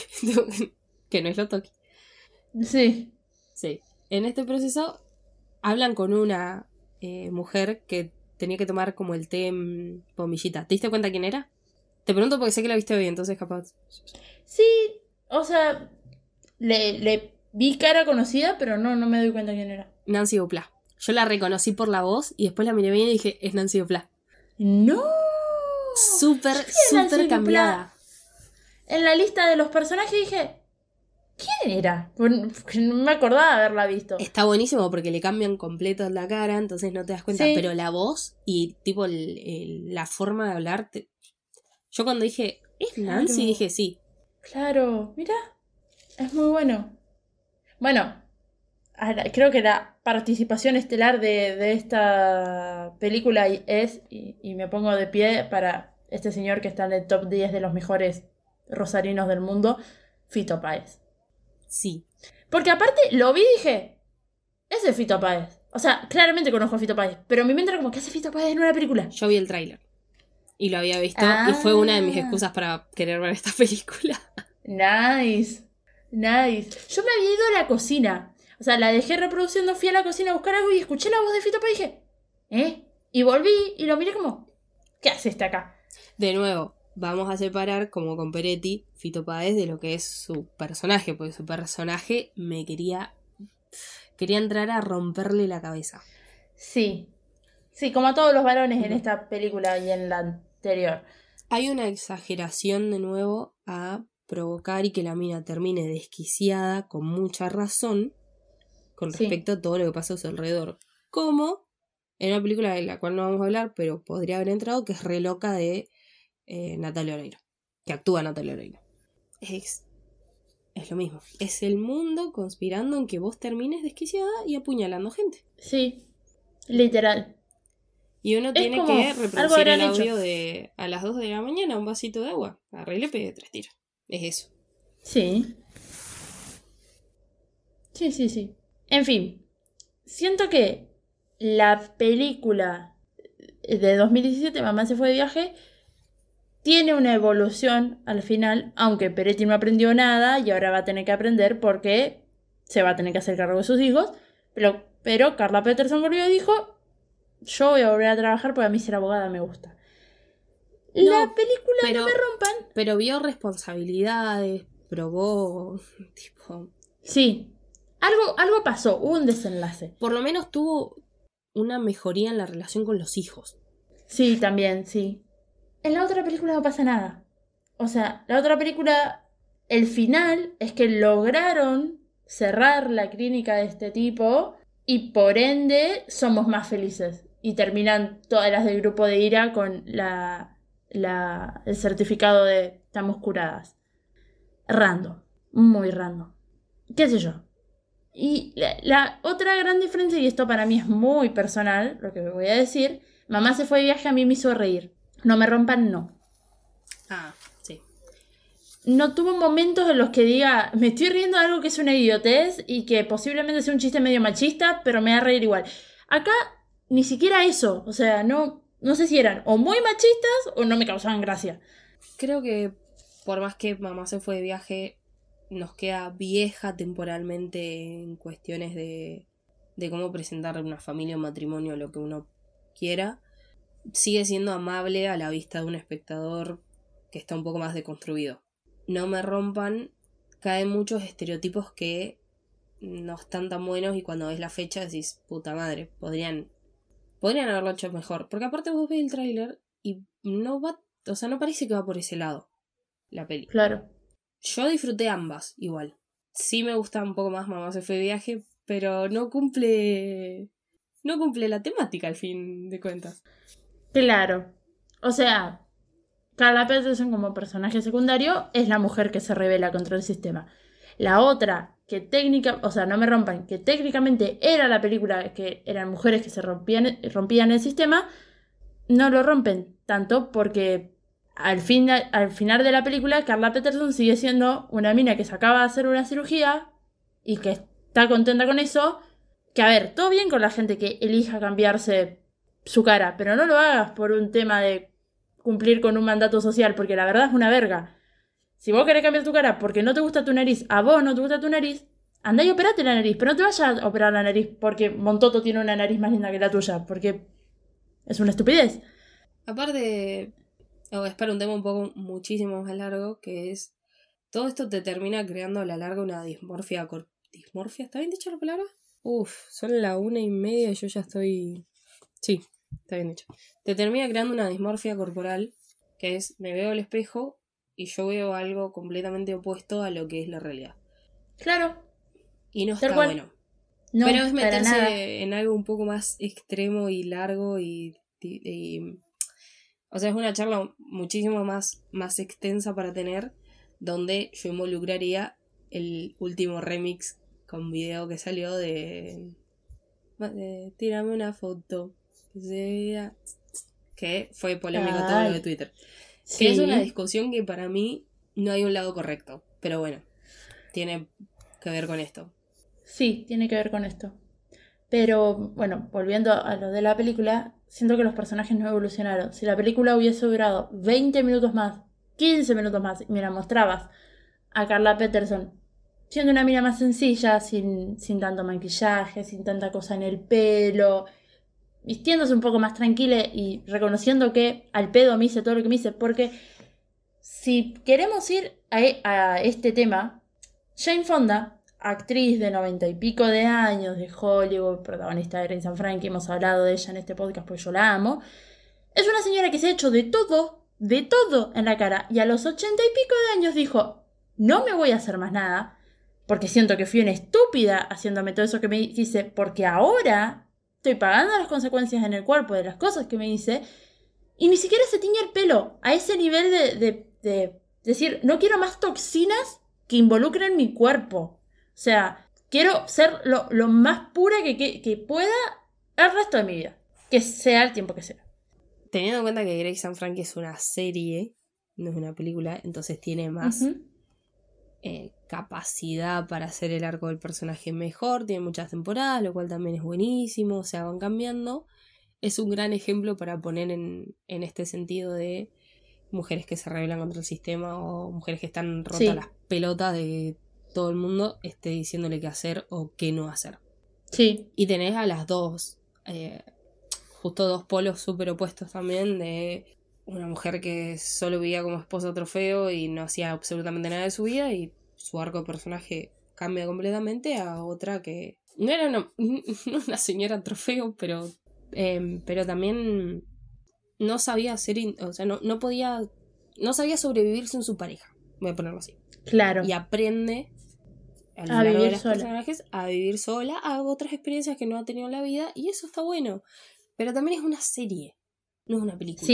que no es Lotoki, Sí. sí, en este proceso hablan con una mujer que tenía que tomar como el té bombillita. ¿Te diste cuenta quién era? Te pregunto porque sé que la viste hoy, entonces capaz. Sí, o sea, le vi cara conocida, pero no me doy cuenta quién era. Nancy Duplá. Yo la reconocí por la voz y después la miré bien y dije, es Nancy Duplá. ¡No! Súper, Yo vi a Nancy súper Duplá cambiada. en la lista de los personajes y dije, ¿quién era? Porque no me acordaba de haberla visto. Está buenísimo porque le cambian completo la cara, entonces no te das cuenta. Sí. Pero la voz y tipo la forma de hablar. Yo cuando dije, ¿es Nancy? Claro. Dije, sí. Claro, mira, es muy bueno. Bueno, creo que la participación estelar de esta película es, y me pongo de pie para este señor que está en el top 10 de los mejores rosarinos del mundo, Fito Páez. Sí. Porque aparte lo vi y dije, ese es Fito Páez. O sea, claramente conozco a Fito Páez, pero mi mente era como, ¿qué hace Fito Páez en una película? Yo vi el tráiler. Y lo había visto y fue una de mis excusas para querer ver esta película. Nice. Yo me había ido a la cocina. O sea, la dejé reproduciendo, fui a la cocina a buscar algo y escuché la voz de Fito Páez y dije, ¿eh? Y volví y lo miré como, ¿qué hace este acá? De nuevo, vamos a separar, como con Peretti, Fito Páez de lo que es su personaje, porque su personaje me quería entrar a romperle la cabeza. Sí, como a todos los varones en esta película y en la anterior. Hay una exageración de nuevo a provocar y que la mina termine desquiciada con mucha razón con respecto a todo lo que pasa a su alrededor. Como en una película de la cual no vamos a hablar, pero podría haber entrado, que es Re Loca de Natalia Oreiro, que actúa Natalia Oreiro. Es lo mismo. Es el mundo conspirando en que vos termines desquiciada y apuñalando gente. Sí, literal. Y uno tiene como que algo reproducir el habrán audio hecho. de a las 2 de la mañana un vasito de agua. Agarré y le pegué 3 tiros. Es eso. Sí. Sí. En fin, siento que la película de 2017, Mamá se fue de viaje, tiene una evolución al final, aunque Peretti no aprendió nada y ahora va a tener que aprender porque se va a tener que hacer cargo de sus hijos. Pero Carla Peterson volvió y dijo, yo voy a volver a trabajar porque a mí ser abogada me gusta. La película no me rompan. Pero vio responsabilidades, probó, tipo... Sí, algo pasó, hubo un desenlace. Por lo menos tuvo una mejoría en la relación con los hijos. Sí, también, sí. En la otra película no pasa nada. O sea, la otra película, el final es que lograron cerrar la clínica de este tipo y por ende somos más felices. Y terminan todas las del grupo de Ira con el certificado de estamos curadas. Random, muy random. ¿Qué sé yo? Y la otra gran diferencia, y esto para mí es muy personal, lo que voy a decir, Mamá se fue de viaje, a mí me hizo reír. No me rompan, no. Ah, sí. No tuvo momentos en los que diga, me estoy riendo de algo que es una idiotez y que posiblemente sea un chiste medio machista, pero me va a reír igual. Acá ni siquiera eso, o sea, no sé si eran o muy machistas o no me causaban gracia. Creo que por más que Mamá se fue de viaje, nos queda vieja temporalmente en cuestiones de cómo presentar una familia, un matrimonio, lo que uno quiera. Sigue siendo amable a la vista de un espectador que está un poco más deconstruido. No me rompan, caen muchos estereotipos que no están tan buenos y cuando ves la fecha decís, puta madre, podrían haberlo hecho mejor. Porque aparte vos ves el tráiler y no va, o sea, no parece que va por ese lado la peli. Claro. Yo disfruté ambas igual. Sí me gusta un poco más Mamá se fue de viaje, pero no cumple la temática al fin de cuentas. Claro. O sea, Carla Peterson como personaje secundario es la mujer que se rebela contra el sistema. La otra, que o sea, no me rompan, que técnicamente era la película que eran mujeres que se rompían el sistema, no lo rompen tanto porque al final de la película, Carla Peterson sigue siendo una mina que se acaba de hacer una cirugía y que está contenta con eso. Que a ver, todo bien con la gente que elija cambiarse su cara, pero no lo hagas por un tema de cumplir con un mandato social, porque la verdad es una verga. Si vos querés cambiar tu cara porque no te gusta tu nariz, a vos no te gusta tu nariz, andá y operate la nariz, pero no te vayas a operar la nariz porque Montoto tiene una nariz más linda que la tuya, porque es una estupidez. Aparte, es para un tema un poco muchísimo más largo, que es, todo esto te termina creando a la larga una dismorfia. ¿Dismorfia? ¿Está bien dicha la palabra? Son las 1:30 y yo ya estoy... Sí, está bien dicho. Te termina creando una dismorfia corporal, que es, me veo al espejo y yo veo algo completamente opuesto a lo que es la realidad. Claro. Y no está bueno. No, pero es meterse en algo un poco más extremo y largo y o sea, es una charla muchísimo más extensa para tener, donde yo involucraría el último remix con video que salió de tírame una foto que fue polémico todo lo de Twitter. Sí. Que es una discusión que para mí no hay un lado correcto, pero bueno, tiene que ver con esto. Sí, tiene que ver con esto. Pero, bueno, volviendo a lo de la película, siento que los personajes no evolucionaron. Si la película hubiese durado 20 minutos más, 15 minutos más, y mira, mostrabas a Carla Peterson siendo una mina más sencilla, sin tanto maquillaje, sin tanta cosa en el pelo, vistiéndose un poco más tranquila y reconociendo que al pedo me hice todo lo que me hice, porque si queremos ir a este tema, Jane Fonda, actriz de 90 y pico de años de Hollywood, protagonista de Grace and Frankie, hemos hablado de ella en este podcast porque yo la amo, es una señora que se ha hecho de todo en la cara, y a los 80 y pico de años dijo, no me voy a hacer más nada, porque siento que fui una estúpida haciéndome todo eso que me hice, porque ahora estoy pagando las consecuencias en el cuerpo de las cosas que me hice, y ni siquiera se tiñe el pelo a ese nivel de decir, no quiero más toxinas que involucren mi cuerpo. O sea, quiero ser lo más pura que pueda el resto de mi vida. Que sea el tiempo que sea. Teniendo en cuenta que Grace and Frankie es una serie, no es una película, entonces tiene más capacidad para hacer el arco del personaje mejor, tiene muchas temporadas, lo cual también es buenísimo, o sea, van cambiando. Es un gran ejemplo para poner en este sentido de mujeres que se rebelan contra el sistema o mujeres que están rotas las pelotas de todo el mundo esté diciéndole qué hacer o qué no hacer. Sí. Y tenés a las dos, justo dos polos súper opuestos también, de una mujer que solo vivía como esposa trofeo y no hacía absolutamente nada de su vida y su arco de personaje cambia completamente, a otra que no era una señora trofeo, pero también no sabía hacer, o sea, no sabía sobrevivir sin su pareja, voy a ponerlo así. Claro. Y aprende a vivir de los personajes a vivir sola, a otras experiencias que no ha tenido en la vida, y eso está bueno. Pero también es una serie, no es una película.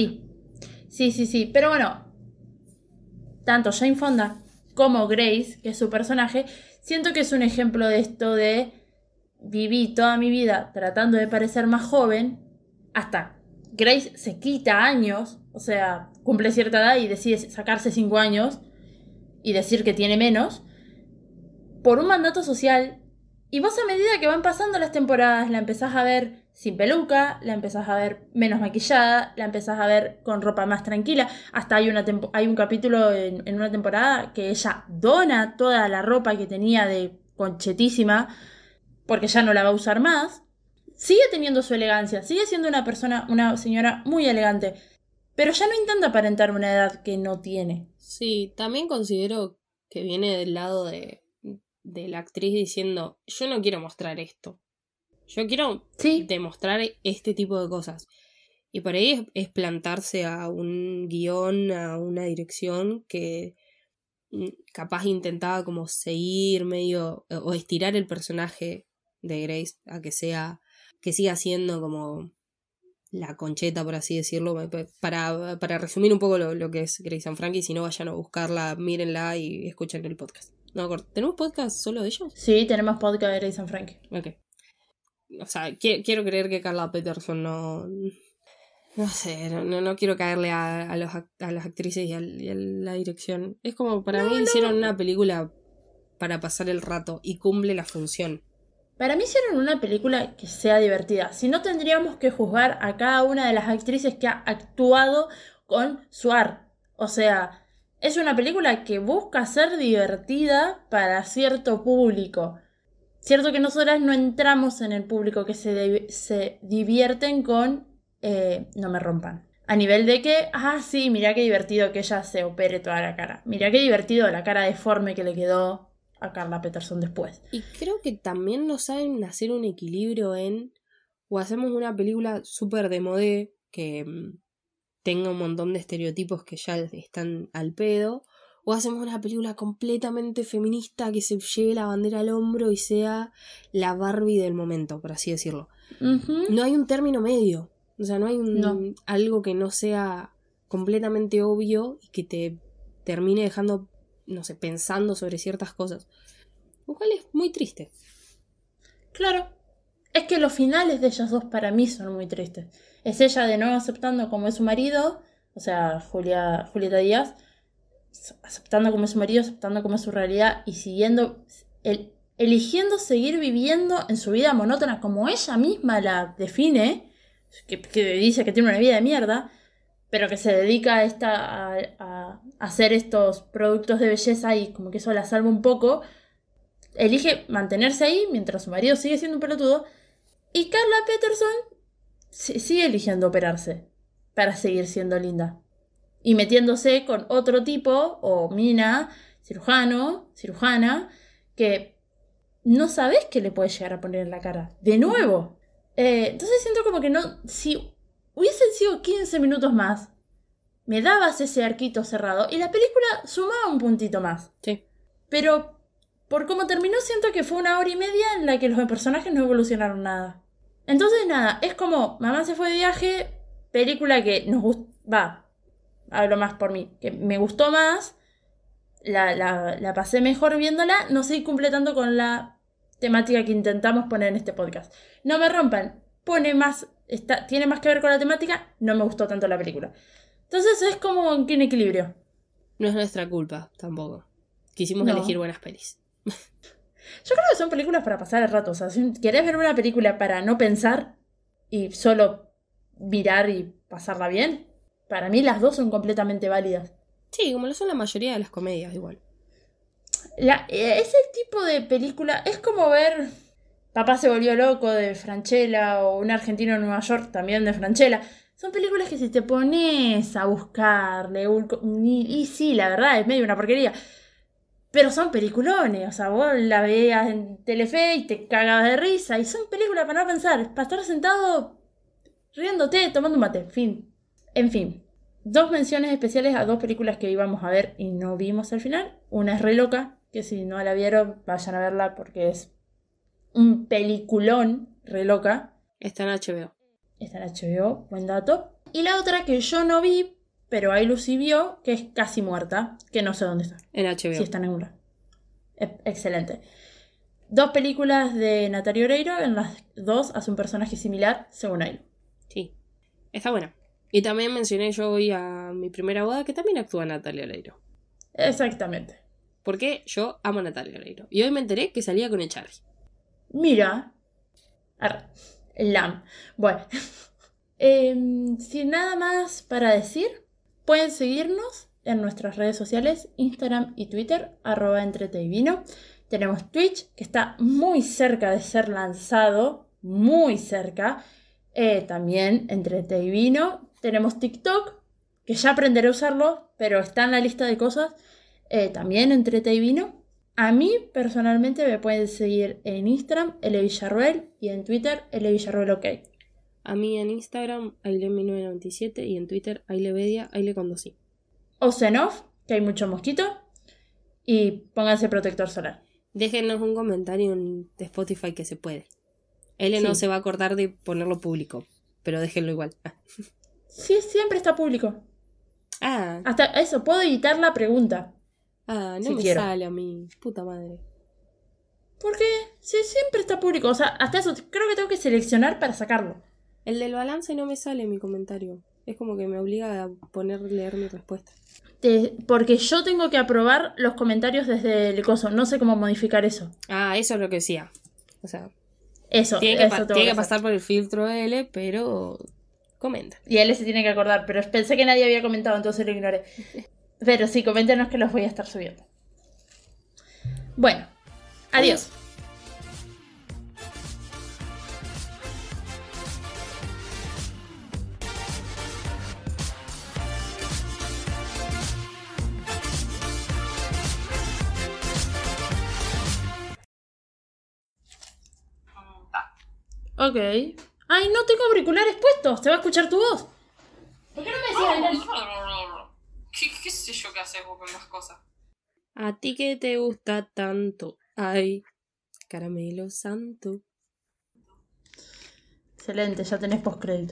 Sí. Pero bueno, tanto Jane Fonda como Grace, que es su personaje, siento que es un ejemplo de esto de viví toda mi vida tratando de parecer más joven, hasta Grace se quita años, o sea, cumple cierta edad y decide sacarse 5 años y decir que tiene menos, por un mandato social. Y vos, a medida que van pasando las temporadas, la empezás a ver sin peluca, la empezás a ver menos maquillada, la empezás a ver con ropa más tranquila. Hasta hay un capítulo en una temporada que ella dona toda la ropa que tenía de conchetísima porque ya no la va a usar más. Sigue teniendo su elegancia, sigue siendo una señora muy elegante, pero ya no intenta aparentar una edad que no tiene. Sí, también considero que viene del lado de la actriz diciendo, yo no quiero mostrar esto, yo quiero demostrar este tipo de cosas. Y por ahí es plantarse a un guión, a una dirección que capaz intentaba como seguir medio, o estirar el personaje de Grace a que siga siendo como la Concheta, por así decirlo, para resumir un poco lo que es Grace and Frankie. Si no, vayan a buscarla, mírenla y escuchen el podcast. No, ¿tenemos podcast solo de ellos? Sí, tenemos podcast de Grace and Frankie. Ok. O sea, quiero creer que Carla Peterson no No sé, no quiero caerle a las actrices y a la dirección. Es como, para mí hicieron una película para pasar el rato y cumple la función. Para mí hicieron una película que sea divertida. Si no, tendríamos que juzgar a cada una de las actrices que ha actuado con su arte. O sea, es una película que busca ser divertida para cierto público. Cierto que nosotras no entramos en el público que se divierten con No me rompan. A nivel de que, sí, mirá qué divertido que ella se opere toda la cara. Mirá qué divertido la cara deforme que le quedó a Carla Peterson después. Y creo que también no saben hacer un equilibrio o hacemos una película súper de modé que tenga un montón de estereotipos que ya están al pedo, o hacemos una película completamente feminista que se lleve la bandera al hombro y sea la Barbie del momento, por así decirlo. Uh-huh. No hay un término medio, o sea, no hay algo que no sea completamente obvio y que te termine dejando, no sé, pensando sobre ciertas cosas. Lo cual es muy triste. Claro. Es que los finales de ellas dos para mí son muy tristes. Es ella de nuevo aceptando como es su marido, o sea, Julieta Díaz, aceptando como es su marido, aceptando como es su realidad y siguiendo, eligiendo seguir viviendo en su vida monótona como ella misma la define, que dice que tiene una vida de mierda, pero que se dedica a hacer estos productos de belleza y como que eso la salva un poco. Elige mantenerse ahí mientras su marido sigue siendo un pelotudo. Y Carla Peterson sigue eligiendo operarse para seguir siendo linda. Y metiéndose con otro tipo, o mina, cirujana, que no sabes qué le puede llegar a poner en la cara. De nuevo. Entonces siento como que no... Si hubiesen sido 15 minutos más, me dabas ese arquito cerrado y la película sumaba un puntito más. Sí. Pero por cómo terminó, siento que fue 1 hora y media en la que los personajes no evolucionaron nada. Entonces nada, es como Mamá se fue de viaje, película que nos gusta, hablo más por mí, que me gustó más, la pasé mejor viéndola, no sé si cumple tanto con la temática que intentamos poner en este podcast. No me rompan, tiene más que ver con la temática, no me gustó tanto la película. Entonces es como un equilibrio. No es nuestra culpa, tampoco. Quisimos elegir buenas pelis. Yo creo que son películas para pasar el rato. O sea, si querés ver una película para no pensar y solo mirar y pasarla bien, para mí las dos son completamente válidas. Sí, como lo son la mayoría de las comedias, igual. Ese tipo de película es como ver Papá se volvió loco de Francella o Un argentino en Nueva York también de Francella. Son películas que si te pones a buscarle y sí, la verdad, es medio una porquería. Pero son peliculones, o sea, vos la veas en Telefe y te cagabas de risa. Y son películas para no pensar, para estar sentado riéndote, tomando un mate, fin. En fin, 2 menciones especiales a 2 películas que íbamos a ver y no vimos al final. Una es Re Loca, que si no la vieron, vayan a verla porque es un peliculón, Re Loca. Está en HBO. Está en HBO, buen dato. Y la otra que yo no vi, pero ahí Lucy vio, que es Casi Muerta, que no sé dónde está. En HBO. Sí, está en una. Excelente. 2 películas de Natalia Oreiro, en las 2 hace un personaje similar, según él. Sí, está buena. Y también mencioné yo hoy a Mi primera boda, que también actúa Natalia Oreiro. Exactamente. Porque yo amo a Natalia Oreiro. Y hoy me enteré que salía con el Charlie. Mira. El LAM. Bueno. Sin nada más para decir, pueden seguirnos en nuestras redes sociales, Instagram y Twitter, @entreteyvino. Tenemos Twitch, que está muy cerca de ser lanzado, muy cerca. También Entreteyvino. Tenemos TikTok, que ya aprenderé a usarlo, pero está en la lista de cosas. También Entreteyvino. A mí, personalmente, me pueden seguir en Instagram, L Villarroel, y en Twitter, L Villarroel OK. A mí en Instagram, Aile1997, y en Twitter, Ailevedia, Aile con 2i. Off, que hay mucho mosquito, y pónganse protector solar. Déjennos un comentario en Spotify que se puede. Él no se va a acordar de ponerlo público, pero déjenlo igual. Sí, siempre está público. Ah. Hasta eso, puedo editar la pregunta. Ah, no me sale a mí. Puta madre. ¿Por qué? Sí, siempre está público. O sea, hasta eso, creo que tengo que seleccionar para sacarlo. El del balance no me sale mi comentario. Es como que me obliga a leer mi respuesta. Porque yo tengo que aprobar los comentarios desde el coso. No sé cómo modificar eso. Ah, eso es lo que decía. O sea, Eso tiene tengo que hacer. pasar por el filtro L, pero comenta. Y él se tiene que acordar, pero pensé que nadie había comentado, entonces lo ignoré. Pero sí, coméntenos que los voy a estar subiendo. Bueno, adiós. Ok. Ay, no tengo auriculares puestos. Te va a escuchar tu voz. ¿Por qué no me decías? ¿Qué sé yo qué haces vos con las cosas? A ti que te gusta tanto. Ay, caramelo santo. Excelente, ya tenés postcrédito.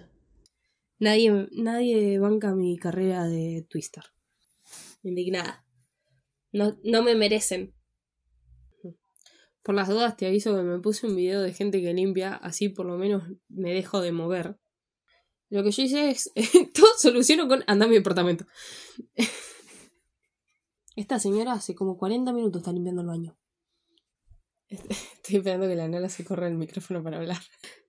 Nadie banca mi carrera de Twister. Indignada. No me merecen. Por las dudas te aviso que me puse un video de gente que limpia, así por lo menos me dejo de mover. Lo que yo hice es, todo soluciono con anda a mi departamento. Esta señora hace como 40 minutos está limpiando el baño. Estoy esperando que la Nala se corra el micrófono para hablar.